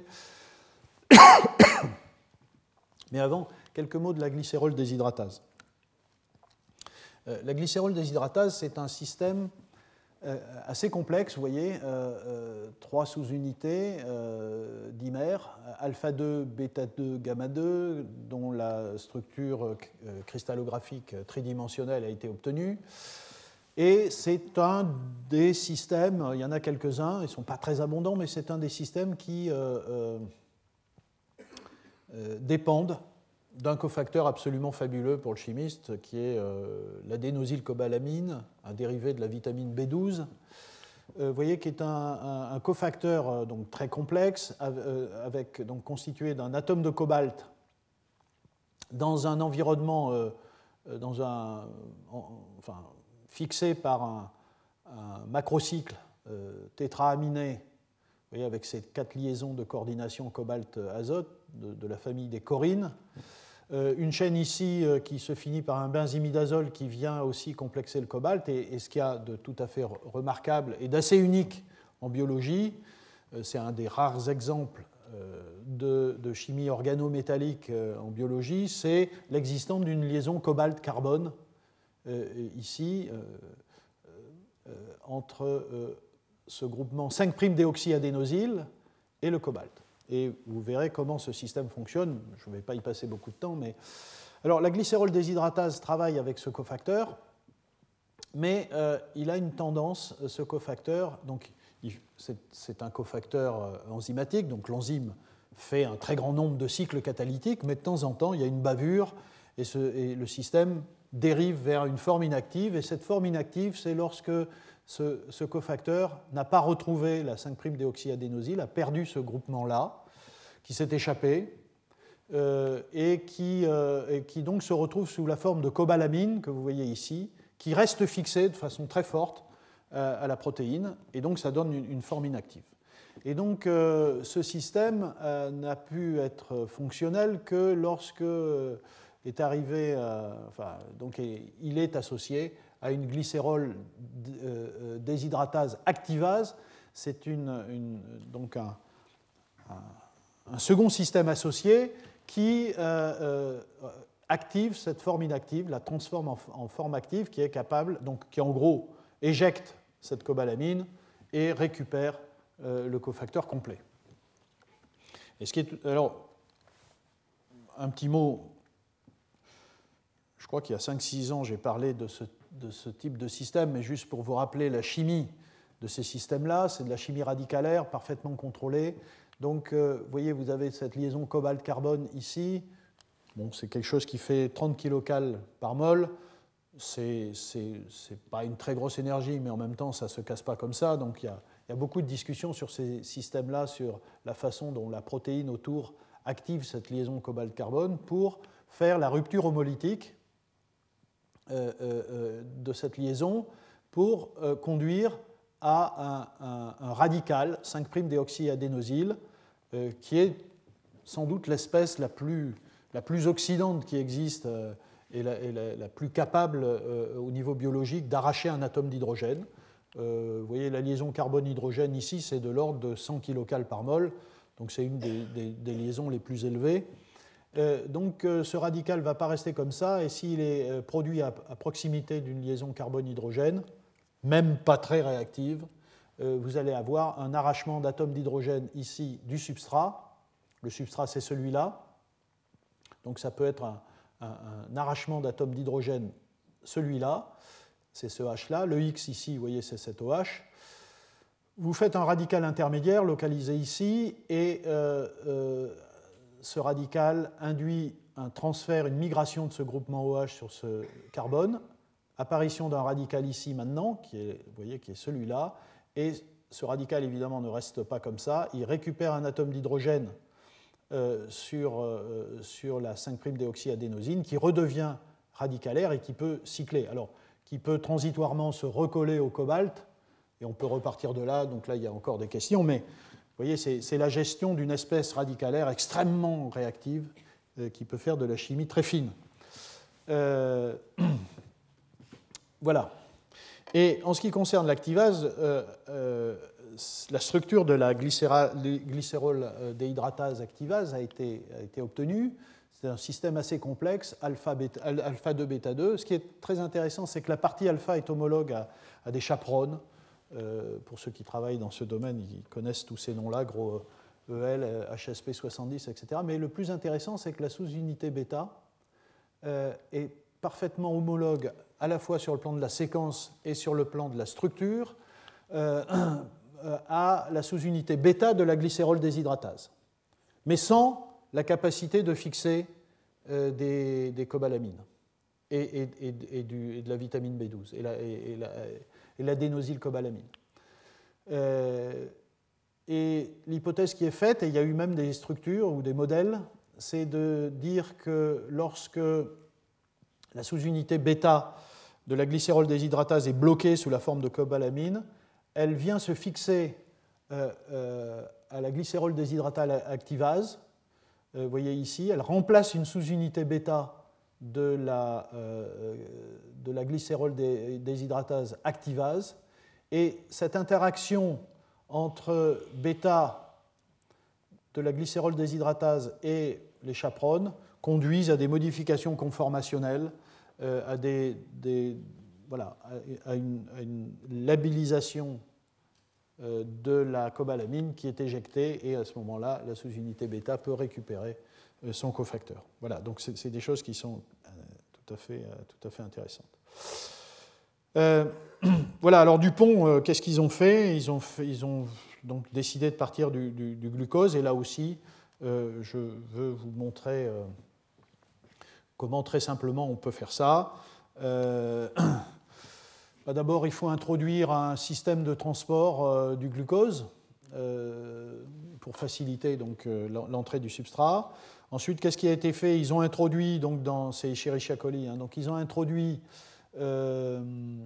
Mais avant, quelques mots de la glycérol déshydratase. Euh, la glycérol déshydratase, c'est un système euh, assez complexe, vous voyez, euh, euh, trois sous-unités euh, dimères, alpha deux, bêta deux, gamma deux, dont la structure euh, cristallographique tridimensionnelle a été obtenue. Et c'est un des systèmes, il y en a quelques-uns, ils ne sont pas très abondants, mais c'est un des systèmes qui euh, euh, euh, dépendent d'un cofacteur absolument fabuleux pour le chimiste, qui est euh, l'adénosylcobalamine, un dérivé de la vitamine B douze, euh, vous voyez, qui est un, un, un cofacteur euh, donc, très complexe, avec, donc, constitué d'un atome de cobalt dans un environnement, euh, dans un, en, enfin, fixé par un, un macrocycle euh, tétraaminé, vous voyez, avec ces quatre liaisons de coordination cobalt-azote de, de la famille des chorines. Euh, une chaîne ici euh, qui se finit par un benzimidazole qui vient aussi complexer le cobalt. Et, et ce qu'il y a de tout à fait remarquable et d'assez unique en biologie, euh, c'est un des rares exemples euh, de, de chimie organométallique euh, en biologie, c'est l'existence d'une liaison cobalt-carbone euh, ici euh, euh, entre euh, ce groupement cinq' déoxyadénosyl et le cobalt. Et vous verrez comment ce système fonctionne. Je ne vais pas y passer beaucoup de temps, mais... Alors, la glycérol déshydratase travaille avec ce cofacteur, mais euh, il a une tendance, ce cofacteur, donc c'est un cofacteur enzymatique, donc l'enzyme fait un très grand nombre de cycles catalytiques, mais de temps en temps, il y a une bavure et, ce, et le système dérive vers une forme inactive, et cette forme inactive, c'est lorsque ce, ce cofacteur n'a pas retrouvé la cinq' déoxyadénosyl, a perdu ce groupement-là, qui s'est échappé, euh, et, qui, euh, et qui donc se retrouve sous la forme de cobalamine, que vous voyez ici, qui reste fixé de façon très forte euh, à la protéine, et donc ça donne une, une forme inactive. Et donc euh, ce système euh, n'a pu être fonctionnel que lorsque euh, est arrivé, euh, enfin, donc il est associé à une glycérol euh, déshydratase activase. C'est une, une, donc un, un, un second système associé qui euh, euh, active cette forme inactive, la transforme en, en forme active, qui est capable, donc qui en gros éjecte cette cobalamine et récupère euh, le cofacteur complet. Et ce qui est, alors, un petit mot, je crois qu'il y a cinq six ans, j'ai parlé de ce, de ce type de système, mais juste pour vous rappeler la chimie de ces systèmes-là, c'est de la chimie radicalaire parfaitement contrôlée. Donc, euh, vous voyez, vous avez cette liaison cobalt-carbone ici. Bon, c'est quelque chose qui fait trente kilocals par mol. C'est n'est pas une très grosse énergie, mais en même temps, ça ne se casse pas comme ça. Donc, il y a, il y a beaucoup de discussions sur ces systèmes-là, sur la façon dont la protéine autour active cette liaison cobalt-carbone pour faire la rupture homolytique euh, euh, de cette liaison pour euh, conduire à un, un, un radical cinq' déoxyadénosyl euh, qui est sans doute l'espèce la plus, la plus oxydante qui existe euh, et, la, et la, la plus capable euh, au niveau biologique d'arracher un atome d'hydrogène. Euh, vous voyez, la liaison carbone-hydrogène ici, c'est de l'ordre de cent kilocals par mol, donc c'est une des, des, des liaisons les plus élevées. Euh, donc euh, ce radical ne va pas rester comme ça, et s'il est euh, produit à, à proximité d'une liaison carbone-hydrogène, même pas très réactive, euh, vous allez avoir un arrachement d'atomes d'hydrogène ici du substrat. Le substrat, c'est celui-là. Donc ça peut être un, un, un arrachement d'atomes d'hydrogène, celui-là, c'est ce H-là. Le X ici, vous voyez, c'est cet OH. Vous faites un radical intermédiaire localisé ici, et euh, euh, ce radical induit un transfert, une migration de ce groupement OH sur ce carbone. Apparition d'un radical ici maintenant, qui est, vous voyez, qui est celui-là, et ce radical évidemment ne reste pas comme ça, il récupère un atome d'hydrogène euh, sur, euh, sur la cinq' déoxyadénosine qui redevient radicalaire et qui peut cycler, alors qui peut transitoirement se recoller au cobalt, et on peut repartir de là, donc là il y a encore des questions, mais vous voyez, c'est la gestion d'une espèce radicalaire extrêmement réactive euh, qui peut faire de la chimie très fine. Euh, Voilà. Et en ce qui concerne l'activase, euh, euh, la structure de la glycérol déhydratase activase a été, a été obtenue. C'est un système assez complexe, alpha, bêta, alpha deux, bêta deux. Ce qui est très intéressant, c'est que la partie alpha est homologue à, à des chaperones. Euh, pour ceux qui travaillent dans ce domaine, ils connaissent tous ces noms-là, gros E L, H S P soixante-dix, et cetera. Mais le plus intéressant, c'est que la sous-unité bêta euh, est parfaitement homologue à la fois sur le plan de la séquence et sur le plan de la structure euh, à la sous-unité bêta de la glycérol déshydratase, mais sans la capacité de fixer euh, des, des cobalamines et, et, et, et, du, et de la vitamine B douze et l'adénosylcobalamine. Euh, et l'hypothèse qui est faite, et il y a eu même des structures ou des modèles, c'est de dire que lorsque la sous-unité bêta de la glycérol déshydratase est bloquée sous la forme de cobalamine, elle vient se fixer euh, euh, à la glycérol déshydratase activase. Euh, vous voyez ici, elle remplace une sous-unité bêta de la, euh, de la glycérol déshydratase activase. Et cette interaction entre bêta de la glycérol déshydratase et les chaperones conduisent à des modifications conformationnelles euh, à, des, des, voilà, à, une, à une labellisation euh, de la cobalamine qui est éjectée, et à ce moment-là, la sous-unité bêta peut récupérer euh, son cofacteur. Voilà, donc c'est des choses qui sont euh, tout à fait, euh, tout à fait intéressantes. Euh, voilà, alors Dupont, euh, qu'est-ce qu'ils ont fait ils ont, fait, ils ont donc décidé de partir du, du, du glucose, et là aussi, euh, je veux vous montrer euh, comment très simplement on peut faire ça. Euh, bah D'abord, il faut introduire un système de transport euh, du glucose euh, pour faciliter donc, euh, l'entrée du substrat. Ensuite, qu'est-ce qui a été fait? Ils ont introduit, donc dans ces Escherichia coli, hein, donc ils ont introduit euh,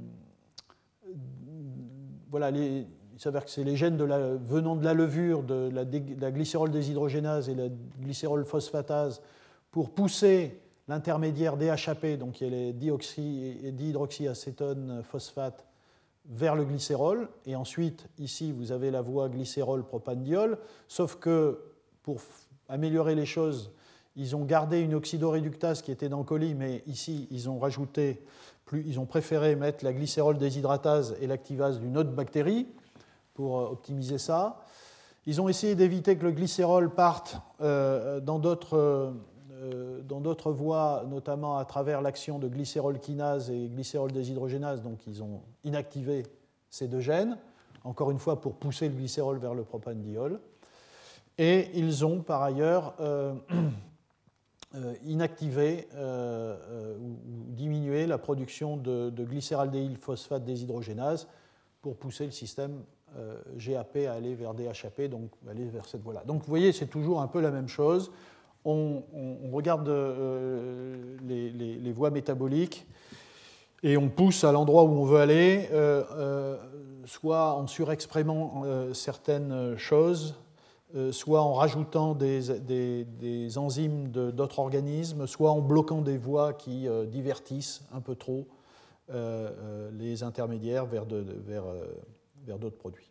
voilà, les, il s'avère que c'est les gènes de la, venant de la levure de la, de la glycérol déshydrogénase et la glycérol phosphatase pour pousser l'intermédiaire D H A P, donc qui est les dihydroxyacétone phosphate, vers le glycérol. Et ensuite, ici, vous avez la voie glycérol-propandiol, sauf que pour améliorer les choses, ils ont gardé une oxydoréductase qui était dans le coli, mais ici, ils ont rajouté, plus, ils ont préféré mettre la glycérol déshydratase et l'activase d'une autre bactérie pour optimiser ça. Ils ont essayé d'éviter que le glycérol parte euh, dans d'autres euh, dans d'autres voies, notamment à travers l'action de glycérol kinase et glycérol déshydrogénase, donc ils ont inactivé ces deux gènes, encore une fois pour pousser le glycérol vers le propandiol. Et ils ont par ailleurs euh, euh, inactivé euh, euh, ou, ou diminué la production de, de glycéraldéhyl phosphate déshydrogénase pour pousser le système euh, G A P à aller vers D H A P, donc aller vers cette voie-là. Donc vous voyez, c'est toujours un peu la même chose. On, on, on regarde euh, les, les, les voies métaboliques et on pousse à l'endroit où on veut aller, euh, euh, soit en surexprimant euh, certaines choses, euh, soit en rajoutant des, des, des enzymes d'autres organismes, soit en bloquant des voies qui euh, divertissent un peu trop euh, euh, les intermédiaires vers, de, de, vers, euh, vers d'autres produits.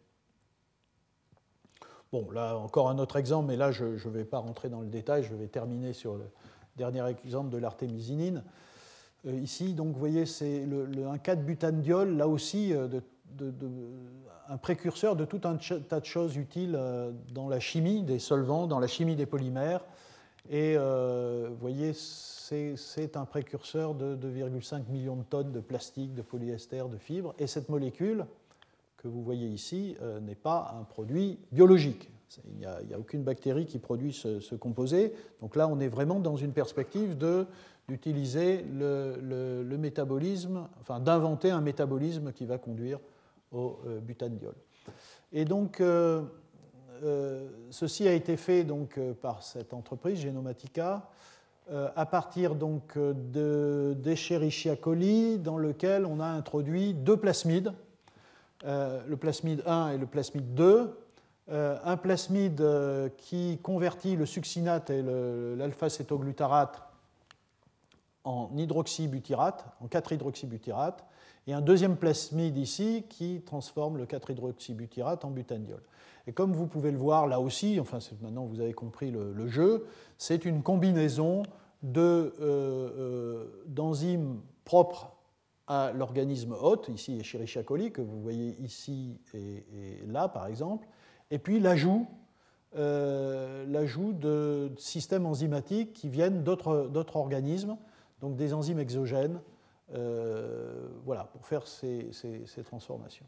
Bon, là, encore un autre exemple, mais là, je ne vais pas rentrer dans le détail, je vais terminer sur le dernier exemple de l'artémisinine. Euh, ici, donc, vous voyez, c'est le, le un quatre butanediol, là aussi, euh, de, de, de, un précurseur de tout un tas de choses utiles euh, dans la chimie des solvants, dans la chimie des polymères. Et euh, vous voyez, c'est un précurseur de deux virgule cinq millions de tonnes de plastique, de polyester, de fibres. Et cette molécule que vous voyez ici euh, n'est pas un produit biologique. Il n'y a, a aucune bactérie qui produit ce, ce composé. Donc là, on est vraiment dans une perspective d'utiliser le, le, le métabolisme, enfin d'inventer un métabolisme qui va conduire au euh, butanediol. Et donc, euh, euh, ceci a été fait donc, euh, par cette entreprise, Genomatica, euh, à partir donc, de d'Escherichia coli, dans lequel on a introduit deux plasmides, Euh, le plasmide un et le plasmide deux, euh, un plasmide euh, qui convertit le succinate et l'alpha-cétoglutarate en hydroxybutyrate, en quatre hydroxybutyrate, et un deuxième plasmide ici qui transforme le quatre hydroxybutyrate en butanediol. Et comme vous pouvez le voir là aussi, enfin maintenant vous avez compris le, le jeu, c'est une combinaison de, euh, euh, d'enzymes propres à l'organisme hôte, ici Escherichia coli, que vous voyez ici et, et là par exemple, et puis l'ajout euh, l'ajout de systèmes enzymatiques qui viennent d'autres organismes, donc des enzymes exogènes, euh, voilà, pour faire ces, ces, ces transformations.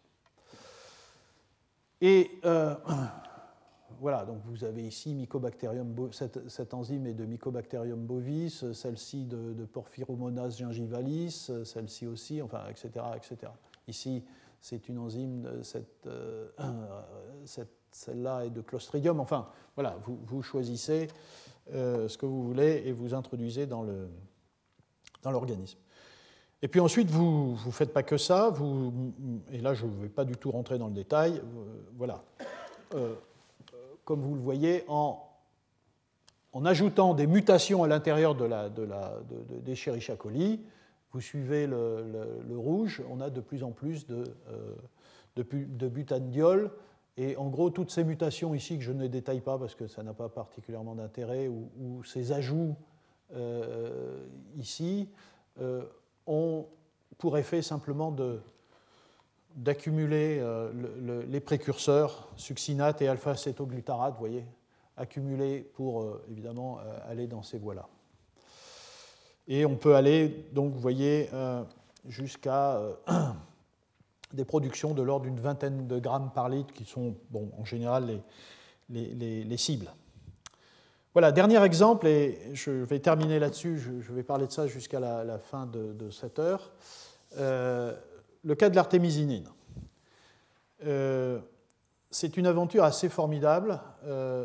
Et euh, voilà, donc vous avez ici Mycobacterium, cette, cette enzyme est de Mycobacterium bovis, celle-ci de, de Porphyromonas gingivalis, celle-ci aussi, enfin, et cetera, et cetera. Ici, c'est une enzyme, cette, euh, cette, celle-là est de Clostridium. Enfin, voilà, vous, vous choisissez euh, ce que vous voulez et vous introduisez dans le, dans l'organisme. Et puis ensuite, vous ne faites pas que ça, vous, et là, je ne vais pas du tout rentrer dans le détail, euh, voilà. Euh, comme vous le voyez, en, en ajoutant des mutations à l'intérieur de la, de la, de, de, d'Escherichia coli, vous suivez le, le, le rouge, on a de plus en plus de, euh, de, de butanediol. Et en gros, toutes ces mutations ici, que je ne détaille pas parce que ça n'a pas particulièrement d'intérêt, ou, ou ces ajouts euh, ici, euh, ont pour effet simplement de, d'accumuler euh, le, le, les précurseurs succinate et alpha-acétoglutarate, vous voyez, accumulés pour euh, évidemment euh, aller dans ces voies-là. Et on peut aller, donc vous voyez, euh, jusqu'à euh, des productions de l'ordre d'une vingtaine de grammes par litre qui sont, bon, en général, les, les, les, les cibles. Voilà, dernier exemple, et je vais terminer là-dessus, je, je vais parler de ça jusqu'à la, la fin de, de cette heure. Euh, le cas de l'artémisinine. Euh, c'est une aventure assez formidable. Euh,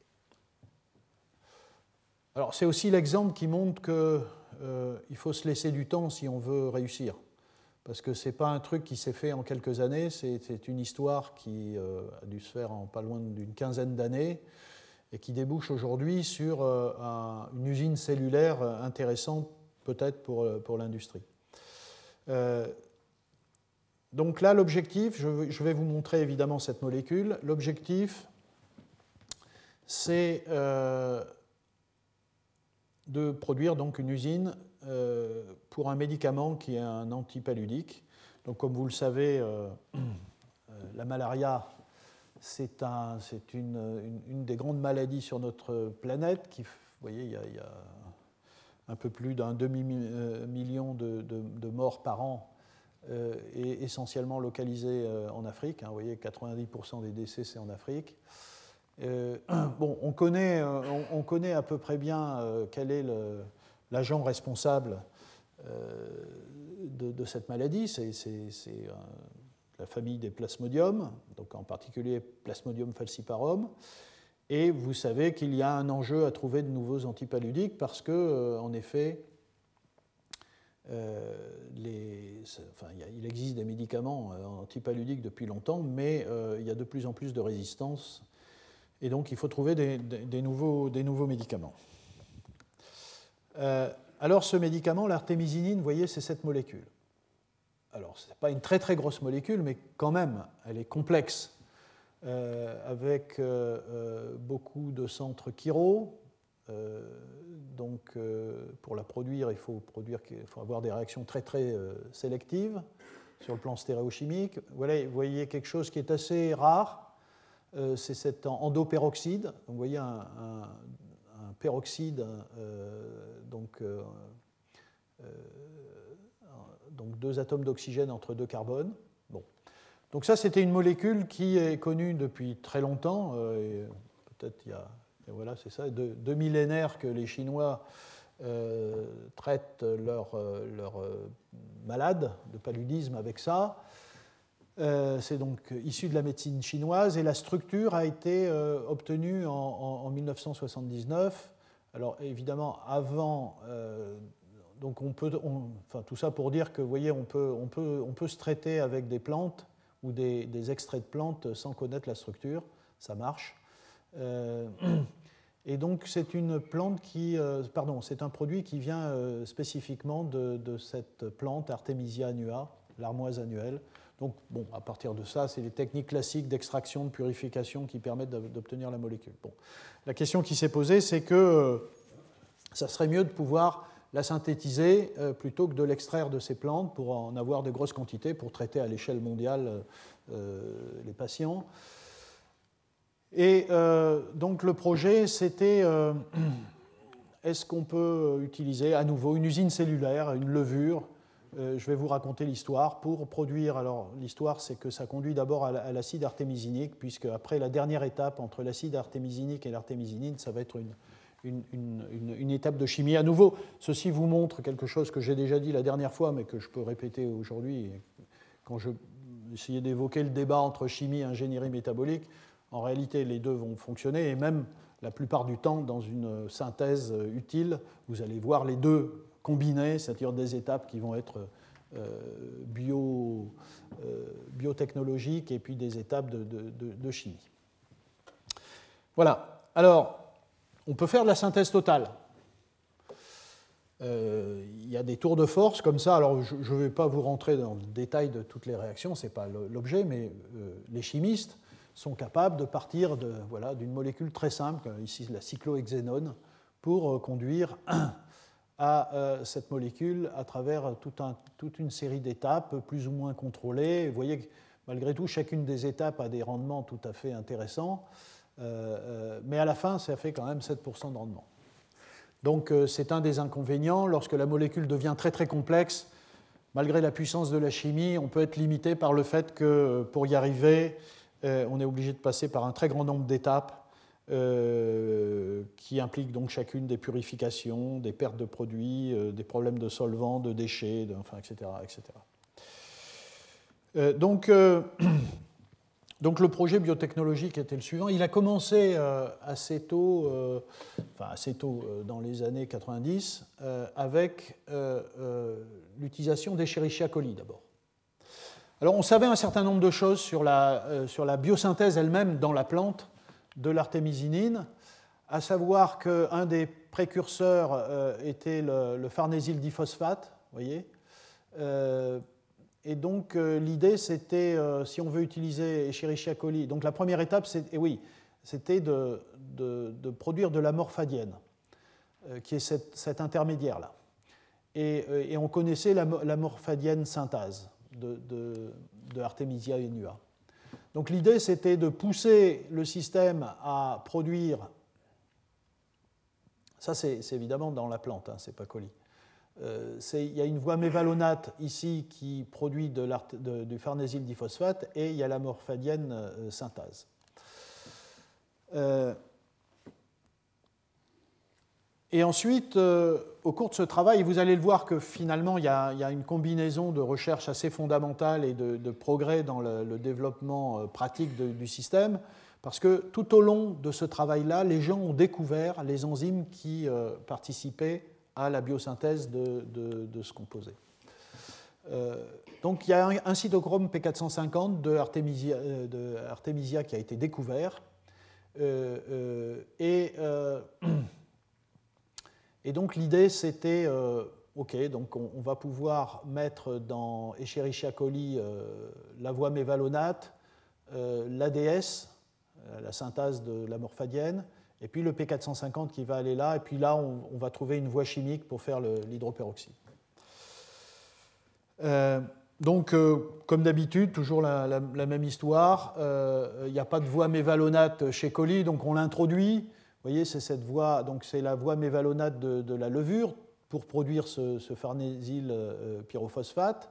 alors, c'est aussi l'exemple qui montre qu'il euh, faut se laisser du temps si on veut réussir. Parce que ce n'est pas un truc qui s'est fait en quelques années, c'est, c'est une histoire qui euh, a dû se faire en pas loin d'une quinzaine d'années, et qui débouche aujourd'hui sur un, une usine cellulaire intéressante peut-être pour, pour l'industrie. Euh, donc là, l'objectif, je, je vais vous montrer évidemment cette molécule. L'objectif, c'est euh, de produire donc une usine euh, pour un médicament qui est un antipaludique. Donc comme vous le savez, euh, la malaria, C'est, un, c'est une, une, une des grandes maladies sur notre planète. Qui, vous voyez, il y a, il y a un peu plus d'un demi-million de, de, de morts par an, euh, et essentiellement localisées euh, en Afrique. Hein, vous voyez, quatre-vingt-dix pour cent des décès, c'est en Afrique. Euh, bon, on connaît, on, on connaît à peu près bien euh, quel est le, l'agent responsable euh, de, de cette maladie. C'est... c'est, c'est euh, la famille des plasmodiums, donc en particulier Plasmodium falciparum. Et vous savez qu'il y a un enjeu à trouver de nouveaux antipaludiques parce que, euh, en effet, euh, les, enfin, il existe des médicaments antipaludiques depuis longtemps, mais euh, il y a de plus en plus de résistance. Et donc, il faut trouver des, des, des, nouveaux, des nouveaux médicaments. Euh, alors, ce médicament, l'artémisinine, vous voyez, c'est cette molécule. Alors, ce n'est pas une très très grosse molécule, mais quand même, elle est complexe, euh, avec euh, euh, beaucoup de centres chiro. Euh, donc, euh, pour la produire, il faut, produire, il faut avoir des réactions très très euh, sélectives sur le plan stéréochimique. Voilà, vous voyez quelque chose qui est assez rare, euh, c'est cet endoperoxyde. Donc, vous voyez un, un, un peroxyde, euh, donc... Euh, euh, donc deux atomes d'oxygène entre deux carbones. Bon. Donc ça, c'était une molécule qui est connue depuis très longtemps, euh, et peut-être il y a, et voilà, c'est ça, deux, deux millénaires que les Chinois euh, traitent leurs leur, euh, malades de paludisme avec ça. Euh, c'est donc issu de la médecine chinoise, et la structure a été euh, obtenue en, en, en dix-neuf cent soixante-dix-neuf. Alors évidemment, avant... Euh, Donc on peut, on, enfin, tout ça pour dire que, vous voyez, on peut, on peut, on peut se traiter avec des plantes ou des, des extraits de plantes sans connaître la structure, ça marche. Euh, et donc c'est une plante qui, euh, pardon, c'est un produit qui vient euh, spécifiquement de, de cette plante Artemisia annua, l'armoise annuelle. Donc bon, à partir de ça, c'est les techniques classiques d'extraction, de purification qui permettent d'obtenir la molécule. Bon, la question qui s'est posée, c'est que euh, ça serait mieux de pouvoir la synthétiser euh, plutôt que de l'extraire de ces plantes pour en avoir de grosses quantités pour traiter à l'échelle mondiale euh, les patients. Et euh, donc le projet, c'était euh, est-ce qu'on peut utiliser à nouveau une usine cellulaire, une levure, euh, je vais vous raconter l'histoire, pour produire, alors l'histoire c'est que ça conduit d'abord à l'acide artémisinique, puisque après la dernière étape entre l'acide artémisinique et l'artémisinine, ça va être une Une, une, une étape de chimie. À nouveau, ceci vous montre quelque chose que j'ai déjà dit la dernière fois, mais que je peux répéter aujourd'hui. Quand je essayais d'évoquer le débat entre chimie et ingénierie métabolique, en réalité, les deux vont fonctionner, et même la plupart du temps, dans une synthèse utile, vous allez voir les deux combinés, c'est-à-dire des étapes qui vont être euh, bio, euh, biotechnologiques et puis des étapes de, de, de, de chimie. Voilà. Alors, on peut faire de la synthèse totale. Euh, il y a des tours de force comme ça. Alors, je ne vais pas vous rentrer dans le détail de toutes les réactions, ce n'est pas l'objet, mais euh, les chimistes sont capables de partir de, voilà, d'une molécule très simple, ici la cyclohexénone, pour euh, conduire à euh, cette molécule à travers tout un, toute une série d'étapes plus ou moins contrôlées. Vous voyez que malgré tout, chacune des étapes a des rendements tout à fait intéressants, euh, euh, mais à la fin, ça fait quand même sept pour cent de rendement. Donc euh, c'est un des inconvénients. Lorsque la molécule devient très très complexe, malgré la puissance de la chimie, on peut être limité par le fait que pour y arriver, euh, on est obligé de passer par un très grand nombre d'étapes euh, qui impliquent donc chacune des purifications, des pertes de produits, euh, des problèmes de solvants, de déchets, de, enfin, et cetera, et cetera. Euh, donc, euh, donc le projet biotechnologique était le suivant. Il a commencé euh, assez tôt, euh, enfin assez tôt euh, dans les années quatre-vingt-dix, euh, avec euh, euh, l'utilisation d'Escherichia coli d'abord. Alors on savait un certain nombre de choses sur la, euh, sur la biosynthèse elle-même dans la plante de l'artémisinine, à savoir qu'un des précurseurs euh, était le, le farnésyl diphosphate, vous voyez. Euh, et donc euh, l'idée c'était, euh, si on veut utiliser Escherichia coli, donc la première étape, c'est, et oui, c'était de, de, de produire de la morphadienne, euh, qui est cette, cet intermédiaire-là. Et, euh, et on connaissait la, la morphadienne synthase de, de, de Artemisia annua. Donc l'idée, c'était de pousser le système à produire, ça c'est, c'est évidemment dans la plante, hein, c'est pas coli. Euh, c'est, il y a une voie mévalonate ici qui produit de de, du farnésyl diphosphate et il y a la morphadienne euh, synthase. Euh, et ensuite, euh, au cours de ce travail, vous allez le voir que finalement, il y a, il y a une combinaison de recherches assez fondamentales et de, de progrès dans le, le développement euh, pratique de, du système, parce que tout au long de ce travail-là, les gens ont découvert les enzymes qui euh, participaient à la biosynthèse de, de, de ce composé. Euh, donc il y a un, un cytochrome P quatre cent cinquante de Artemisia, de Artemisia qui a été découvert, euh, euh, et euh, Et donc l'idée c'était, euh, ok, donc on, on va pouvoir mettre dans Escherichia coli euh, la voie mévalonate, euh, l'A D S, euh, la synthase de la morphadienne, et puis le P quatre cent cinquante qui va aller là, et puis là on, on va trouver une voie chimique pour faire le, l'hydroperoxyde. Euh, donc euh, comme d'habitude, toujours la, la, la même histoire, il euh, n'y a pas de voie mévalonate chez coli, donc on l'introduit. Vous voyez, c'est cette voie, donc c'est la voie mévalonate de, de la levure pour produire ce, ce farnésyl euh, pyrophosphate.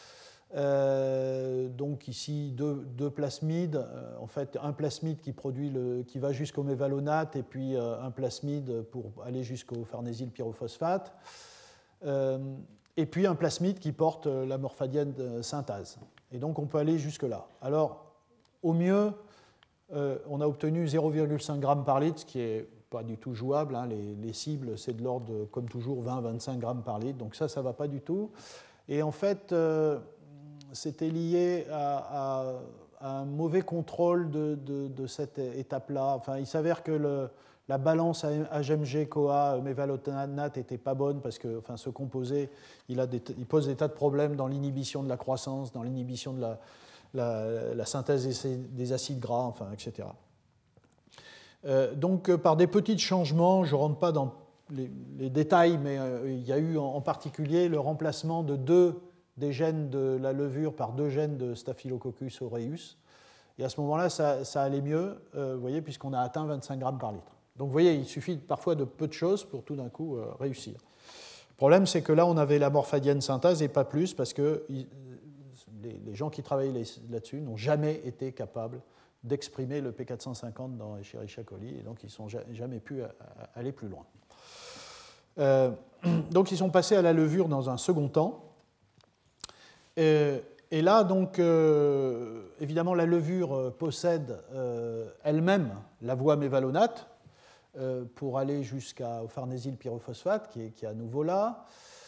Euh, donc ici deux, deux plasmides, euh, en fait un plasmide qui produit le, qui va jusqu'au mévalonate et puis euh, un plasmide pour aller jusqu'au farnésyl pyrophosphate. Euh, et puis un plasmide qui porte la morphadienne synthase. Et donc on peut aller jusque là. Alors au mieux, Euh, on a obtenu zéro virgule cinq grammes par litre, ce qui n'est pas du tout jouable. Hein. Les, les cibles, c'est de l'ordre, de, comme toujours, vingt à vingt-cinq grammes par litre. Donc ça, ça ne va pas du tout. Et en fait, euh, c'était lié à, à, à un mauvais contrôle de, de, de cette étape-là. Enfin, il s'avère que le, la balance H M G-CoA mévalonate n'était pas bonne parce que enfin, ce composé, il, a des, il pose des tas de problèmes dans l'inhibition de la croissance, dans l'inhibition de la... La, la synthèse des, des acides gras, enfin, et cetera. Euh, donc, euh, par des petits changements, je ne rentre pas dans les, les détails, mais euh, il y a eu en, en particulier le remplacement de deux des gènes de la levure par deux gènes de Staphylococcus aureus. Et à ce moment-là, ça, ça allait mieux, euh, vous voyez, puisqu'on a atteint vingt-cinq grammes par litre. Donc, vous voyez, il suffit parfois de peu de choses pour tout d'un coup euh, réussir. Le problème, c'est que là, on avait la morphadienne synthase et pas plus, parce que Les, les gens qui travaillaient là-dessus n'ont jamais été capables d'exprimer le P quatre cent cinquante dans Escherichia coli, et donc ils n'ont jamais pu aller plus loin. Euh, donc ils sont passés à la levure dans un second temps. Euh, et là, donc, euh, évidemment, la levure possède euh, elle-même la voie mévalonate euh, pour aller jusqu'au farnésyl pyrophosphate, qui est, qui est à nouveau là.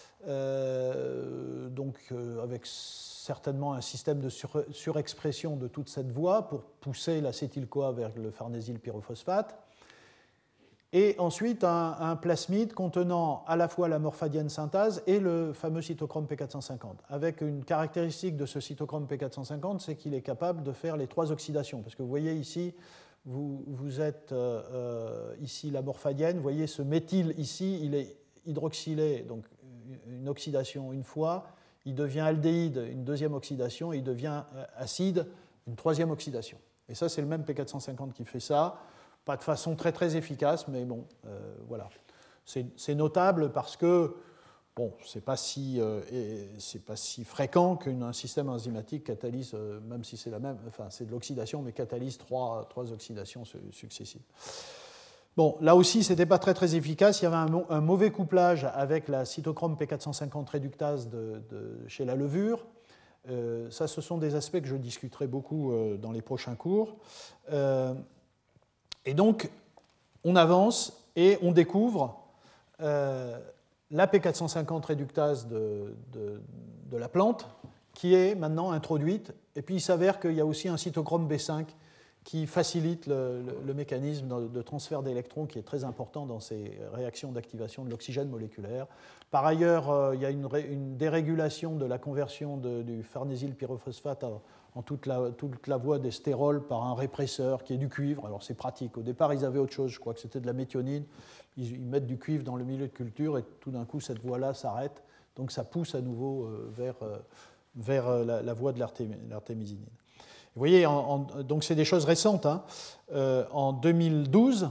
Euh, donc, euh, avec certainement un système de sur, surexpression de toute cette voie pour pousser l'acétyl-CoA vers le farnésyl pyrophosphate. Et ensuite, un, un plasmide contenant à la fois la morphadienne synthase et le fameux cytochrome P quatre cent cinquante. Avec une caractéristique de ce cytochrome P quatre cent cinquante, c'est qu'il est capable de faire les trois oxydations. Parce que vous voyez ici, vous, vous êtes euh, ici la morphadienne, vous voyez ce méthyle ici, il est hydroxylé, donc une oxydation une fois, il devient aldéhyde, une deuxième oxydation, et il devient acide, une troisième oxydation. Et ça, c'est le même P quatre cent cinquante qui fait ça, pas de façon très très efficace, mais bon, euh, voilà. C'est, c'est notable parce que, bon, c'est pas si, euh, c'est pas si fréquent qu'un système enzymatique catalyse, euh, même si c'est la même, enfin c'est de l'oxydation, mais catalyse trois, trois oxydations successives. Bon, là aussi, ce n'était pas très, très efficace. Il y avait un, un mauvais couplage avec la cytochrome P quatre cent cinquante réductase de, de, chez la levure. Euh, ça, ce sont des aspects que je discuterai beaucoup euh, dans les prochains cours. Euh, et donc, on avance et on découvre euh, la P quatre cent cinquante réductase de, de, de la plante qui est maintenant introduite. Et puis, il s'avère qu'il y a aussi un cytochrome B cinq qui facilite le, le, le mécanisme de, de transfert d'électrons qui est très important dans ces réactions d'activation de l'oxygène moléculaire. Par ailleurs, euh, il y a une, ré, une dérégulation de la conversion de, du farnésyl pyrophosphate en, en toute, la, toute la voie des stérols par un répresseur qui est du cuivre. Alors c'est pratique. Au départ, ils avaient autre chose, je crois que c'était de la méthionine. Ils, ils mettent du cuivre dans le milieu de culture et tout d'un coup, cette voie-là s'arrête. Donc ça pousse à nouveau euh, vers, euh, vers la, la voie de l'artémisinine. Vous voyez, en, en, donc c'est des choses récentes. Hein. Euh, en deux mille douze,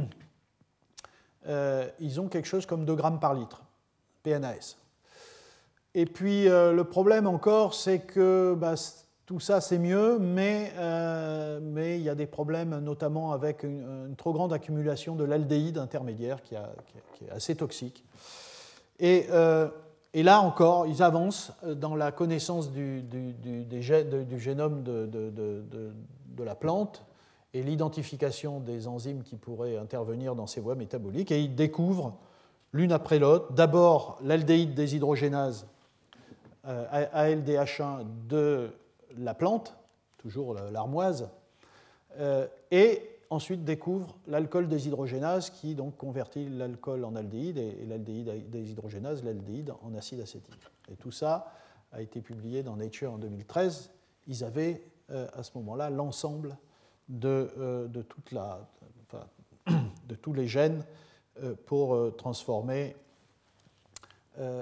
euh, ils ont quelque chose comme deux grammes par litre, P N A S. Et puis euh, le problème encore, c'est que bah, tout ça c'est mieux, mais, euh, mais il y a des problèmes notamment avec une, une trop grande accumulation de l'aldéhyde intermédiaire qui, a, qui, est assez toxique. Et euh, Et là encore, ils avancent dans la connaissance du, du, du, du génome de, de, de, de la plante et l'identification des enzymes qui pourraient intervenir dans ces voies métaboliques. Et ils découvrent l'une après l'autre, d'abord l'aldéhyde déshydrogénase euh, A L D H un de la plante, toujours l'armoise, euh, et ensuite découvre l'alcool déshydrogénase qui donc convertit l'alcool en aldéhyde et l'aldéhyde déshydrogénase, l'aldéhyde en acide acétique. Et tout ça a été publié dans Nature en deux mille treize. Ils avaient euh, à ce moment-là l'ensemble de, euh, de, toute la, enfin, de tous les gènes euh, pour euh, transformer, euh,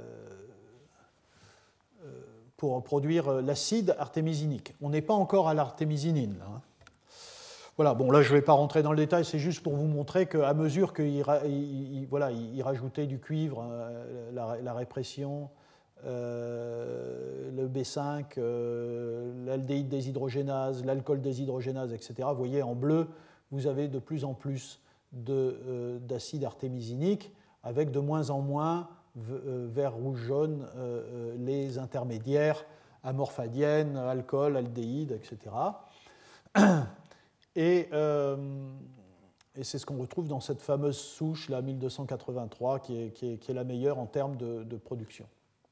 euh, pour produire l'acide artémisinique. On n'est pas encore à l'artémisinine, là, hein. Voilà, bon là je ne vais pas rentrer dans le détail, c'est juste pour vous montrer qu'à mesure qu'il il, voilà, il rajoutait du cuivre, euh, la, la répression, euh, le B cinq, euh, l'aldéhyde déshydrogénase, l'alcool déshydrogénase, et cetera. Vous voyez en bleu, vous avez de plus en plus de, euh, d'acide artémisinique, avec de moins en moins, euh, vert, rouge, jaune, euh, les intermédiaires amorphadiennes, alcool, aldéhyde, et cetera. Et, euh, et c'est ce qu'on retrouve dans cette fameuse souche, la mille deux cent quatre-vingt-trois, qui est, qui est, qui est la meilleure en termes de, de production.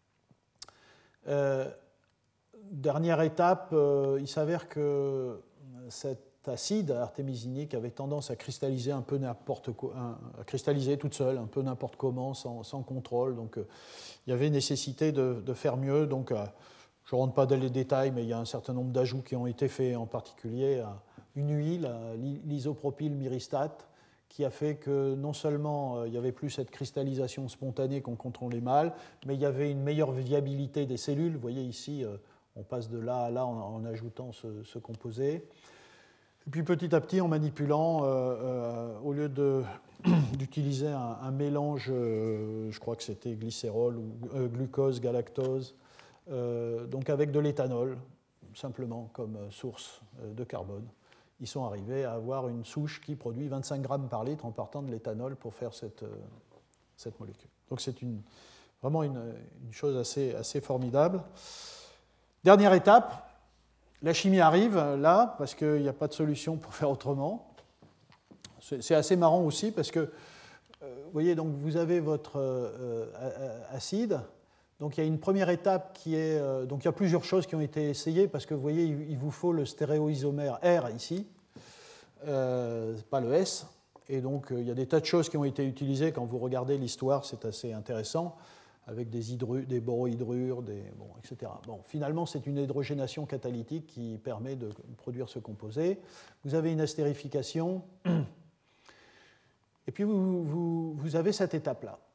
Euh, dernière étape, euh, il s'avère que cet acide artémisinique avait tendance à cristalliser un peu n'importe quoi, à cristalliser toute seule, un peu n'importe comment, sans, sans contrôle. Donc, euh, il y avait nécessité de, de faire mieux. Donc, euh, je ne rentre pas dans les détails, mais il y a un certain nombre d'ajouts qui ont été faits, en particulier à une huile, l'isopropylmyristate, qui a fait que non seulement il n'y avait plus cette cristallisation spontanée qu'on contrôlait mal, mais il y avait une meilleure viabilité des cellules. Vous voyez ici, on passe de là à là en, en ajoutant ce, ce composé. Et puis petit à petit, en manipulant, euh, euh, au lieu de, d'utiliser un, un mélange, euh, je crois que c'était glycérol, ou euh, glucose, galactose, euh, donc avec de l'éthanol, simplement comme source de carbone, ils sont arrivés à avoir une souche qui produit vingt-cinq grammes par litre en partant de l'éthanol pour faire cette, cette molécule. Donc c'est une, vraiment une, une chose assez, assez formidable. Dernière étape, la chimie arrive là, parce qu'il n'y a pas de solution pour faire autrement. C'est, c'est assez marrant aussi, parce que, euh, vous voyez, donc vous avez votre euh, acide. Donc il y a une première étape qui est... Euh, donc il y a plusieurs choses qui ont été essayées, parce que vous voyez, il, il vous faut le stéréoisomère R ici, euh, pas le S. Et donc euh, il y a des tas de choses qui ont été utilisées. Quand vous regardez l'histoire, c'est assez intéressant, avec des, hydru- des borohydrures, des, bon, et cetera. Bon, finalement, c'est une hydrogénation catalytique qui permet de produire ce composé. Vous avez une estérification, et puis vous, vous, vous avez cette étape-là.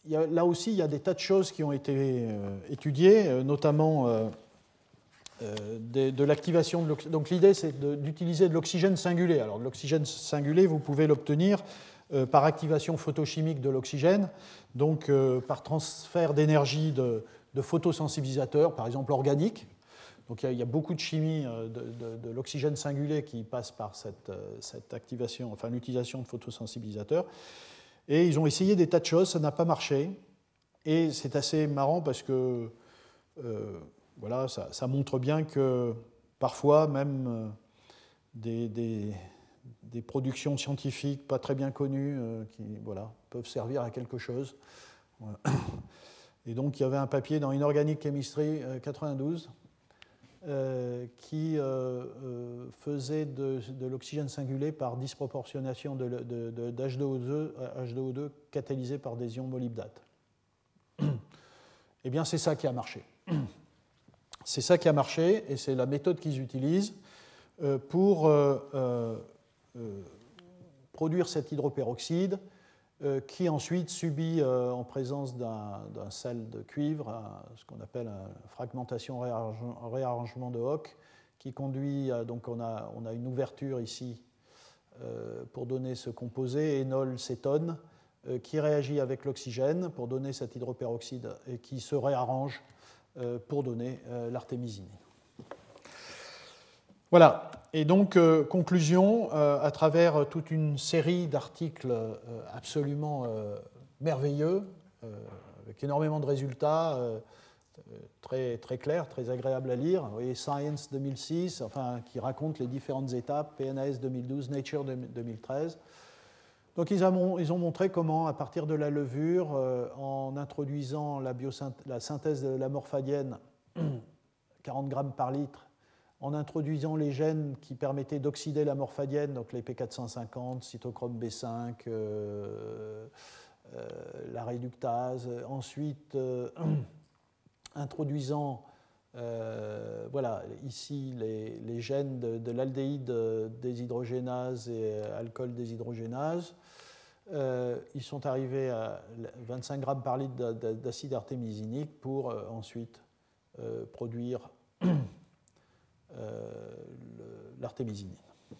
il y a, là aussi, il y a des tas de choses qui ont été euh, étudiées, euh, notamment euh, euh, de, de l'activation de l'oxygène. Donc l'idée, c'est de, d'utiliser de l'oxygène singulé. Alors de l'oxygène singulé, vous pouvez l'obtenir euh, par activation photochimique de l'oxygène, donc euh, par transfert d'énergie de, de photosensibilisateurs, par exemple organiques. Donc il y, a, il y a beaucoup de chimie de, de, de l'oxygène singulé qui passe par cette, cette activation, enfin l'utilisation de photosensibilisateurs. Et ils ont essayé des tas de choses, ça n'a pas marché. Et c'est assez marrant parce que euh, voilà, ça, ça montre bien que parfois même euh, des, des, des productions scientifiques pas très bien connues euh, qui voilà, peuvent servir à quelque chose. Voilà. Et donc il y avait un papier dans Inorganic Chemistry euh, quatre-vingt-douze euh, qui euh, euh, faisait de, de l'oxygène singulé par disproportionnation de, de, de, d'H deux O deux, H deux O deux catalysé par des ions molybdate. Eh bien, c'est ça qui a marché. C'est ça qui a marché, et c'est la méthode qu'ils utilisent pour euh, euh, produire cet hydroperoxyde euh, qui ensuite subit, euh, en présence d'un, d'un sel de cuivre, un, ce qu'on appelle une fragmentation réarrangement, réarrangement de Hock, qui conduit à, donc on a, on a une ouverture ici euh, pour donner ce composé, énol-cétone, euh, qui réagit avec l'oxygène pour donner cet hydroperoxyde et qui se réarrange euh, pour donner euh, l'artémisine. Voilà, et donc, euh, conclusion, euh, à travers toute une série d'articles euh, absolument euh, merveilleux, euh, avec énormément de résultats, euh, très, très clairs, très agréables à lire. Vous voyez, Science deux mille six, enfin, qui raconte les différentes étapes, P N A S deux mille douze, Nature deux mille treize. Donc, ils ont, ils ont montré comment, à partir de la levure, euh, en introduisant la, la synthèse de la morphadienne, quarante grammes par litre, en introduisant les gènes qui permettaient d'oxyder la morphadienne, donc les P quatre cent cinquante, cytochrome B cinq, euh, euh, la réductase, ensuite euh, introduisant euh, voilà, ici les, les gènes de, de l'aldéhyde déshydrogénase et alcool déshydrogénase. Euh, ils sont arrivés à vingt-cinq grammes par litre d'acide artémisinique pour euh, ensuite euh, produire Euh, l'artémisinine.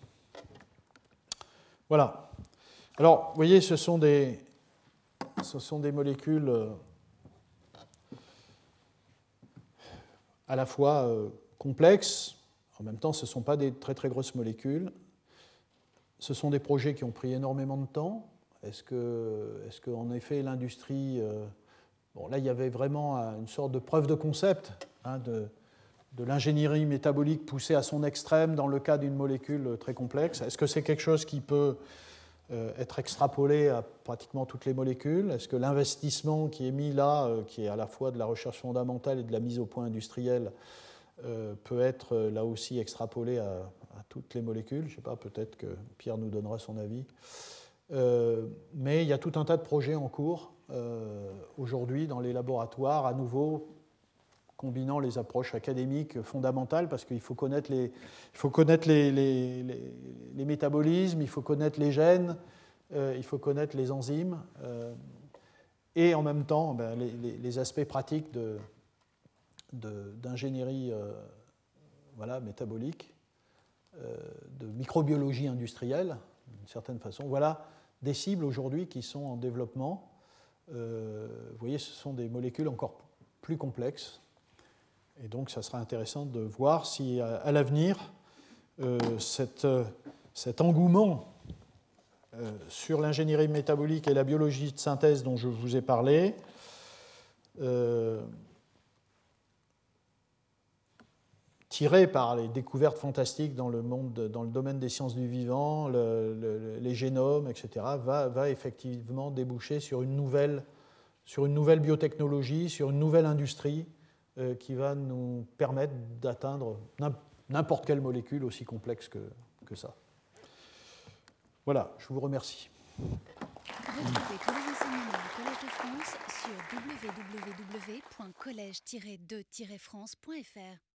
Voilà. Alors, vous voyez, ce sont des, ce sont des molécules euh, à la fois euh, complexes, en même temps, ce ne sont pas des très très grosses molécules. Ce sont des projets qui ont pris énormément de temps. Est-ce que, est-ce qu'en effet, l'industrie... Euh, bon, là, il y avait vraiment une sorte de preuve de concept, hein, de... de l'ingénierie métabolique poussée à son extrême dans le cas d'une molécule très complexe. Est-ce que c'est quelque chose qui peut euh, être extrapolé à pratiquement toutes les molécules? Est-ce que l'investissement qui est mis là, euh, qui est à la fois de la recherche fondamentale et de la mise au point industrielle, euh, peut être euh, là aussi extrapolé à, à toutes les molécules? Je ne sais pas, peut-être que Pierre nous donnera son avis. Euh, mais il y a tout un tas de projets en cours euh, aujourd'hui dans les laboratoires, à nouveau, combinant les approches académiques fondamentales, parce qu'il faut connaître les, il faut connaître les, les, les, les métabolismes, il faut connaître les gènes, euh, il faut connaître les enzymes, euh, et en même temps ben, les, les, les aspects pratiques de, de, d'ingénierie euh, voilà, métabolique, euh, de microbiologie industrielle, d'une certaine façon. Voilà des cibles aujourd'hui qui sont en développement. Euh, vous voyez, ce sont des molécules encore plus complexes. Et donc, ça sera intéressant de voir si, à l'avenir, euh, cette, euh, cet engouement euh, sur l'ingénierie métabolique et la biologie de synthèse dont je vous ai parlé, euh, tiré par les découvertes fantastiques dans le monde, dans le domaine des sciences du vivant, le, le, les génomes, et cetera, va, va effectivement déboucher sur une nouvelle, sur une nouvelle biotechnologie, sur une nouvelle industrie, qui va nous permettre d'atteindre n'importe quelle molécule aussi complexe que, que ça. Voilà, je vous remercie.
Retrouvez tous les enseignements du Collège de France sur w w w point collège tiret deux tiret france point f r.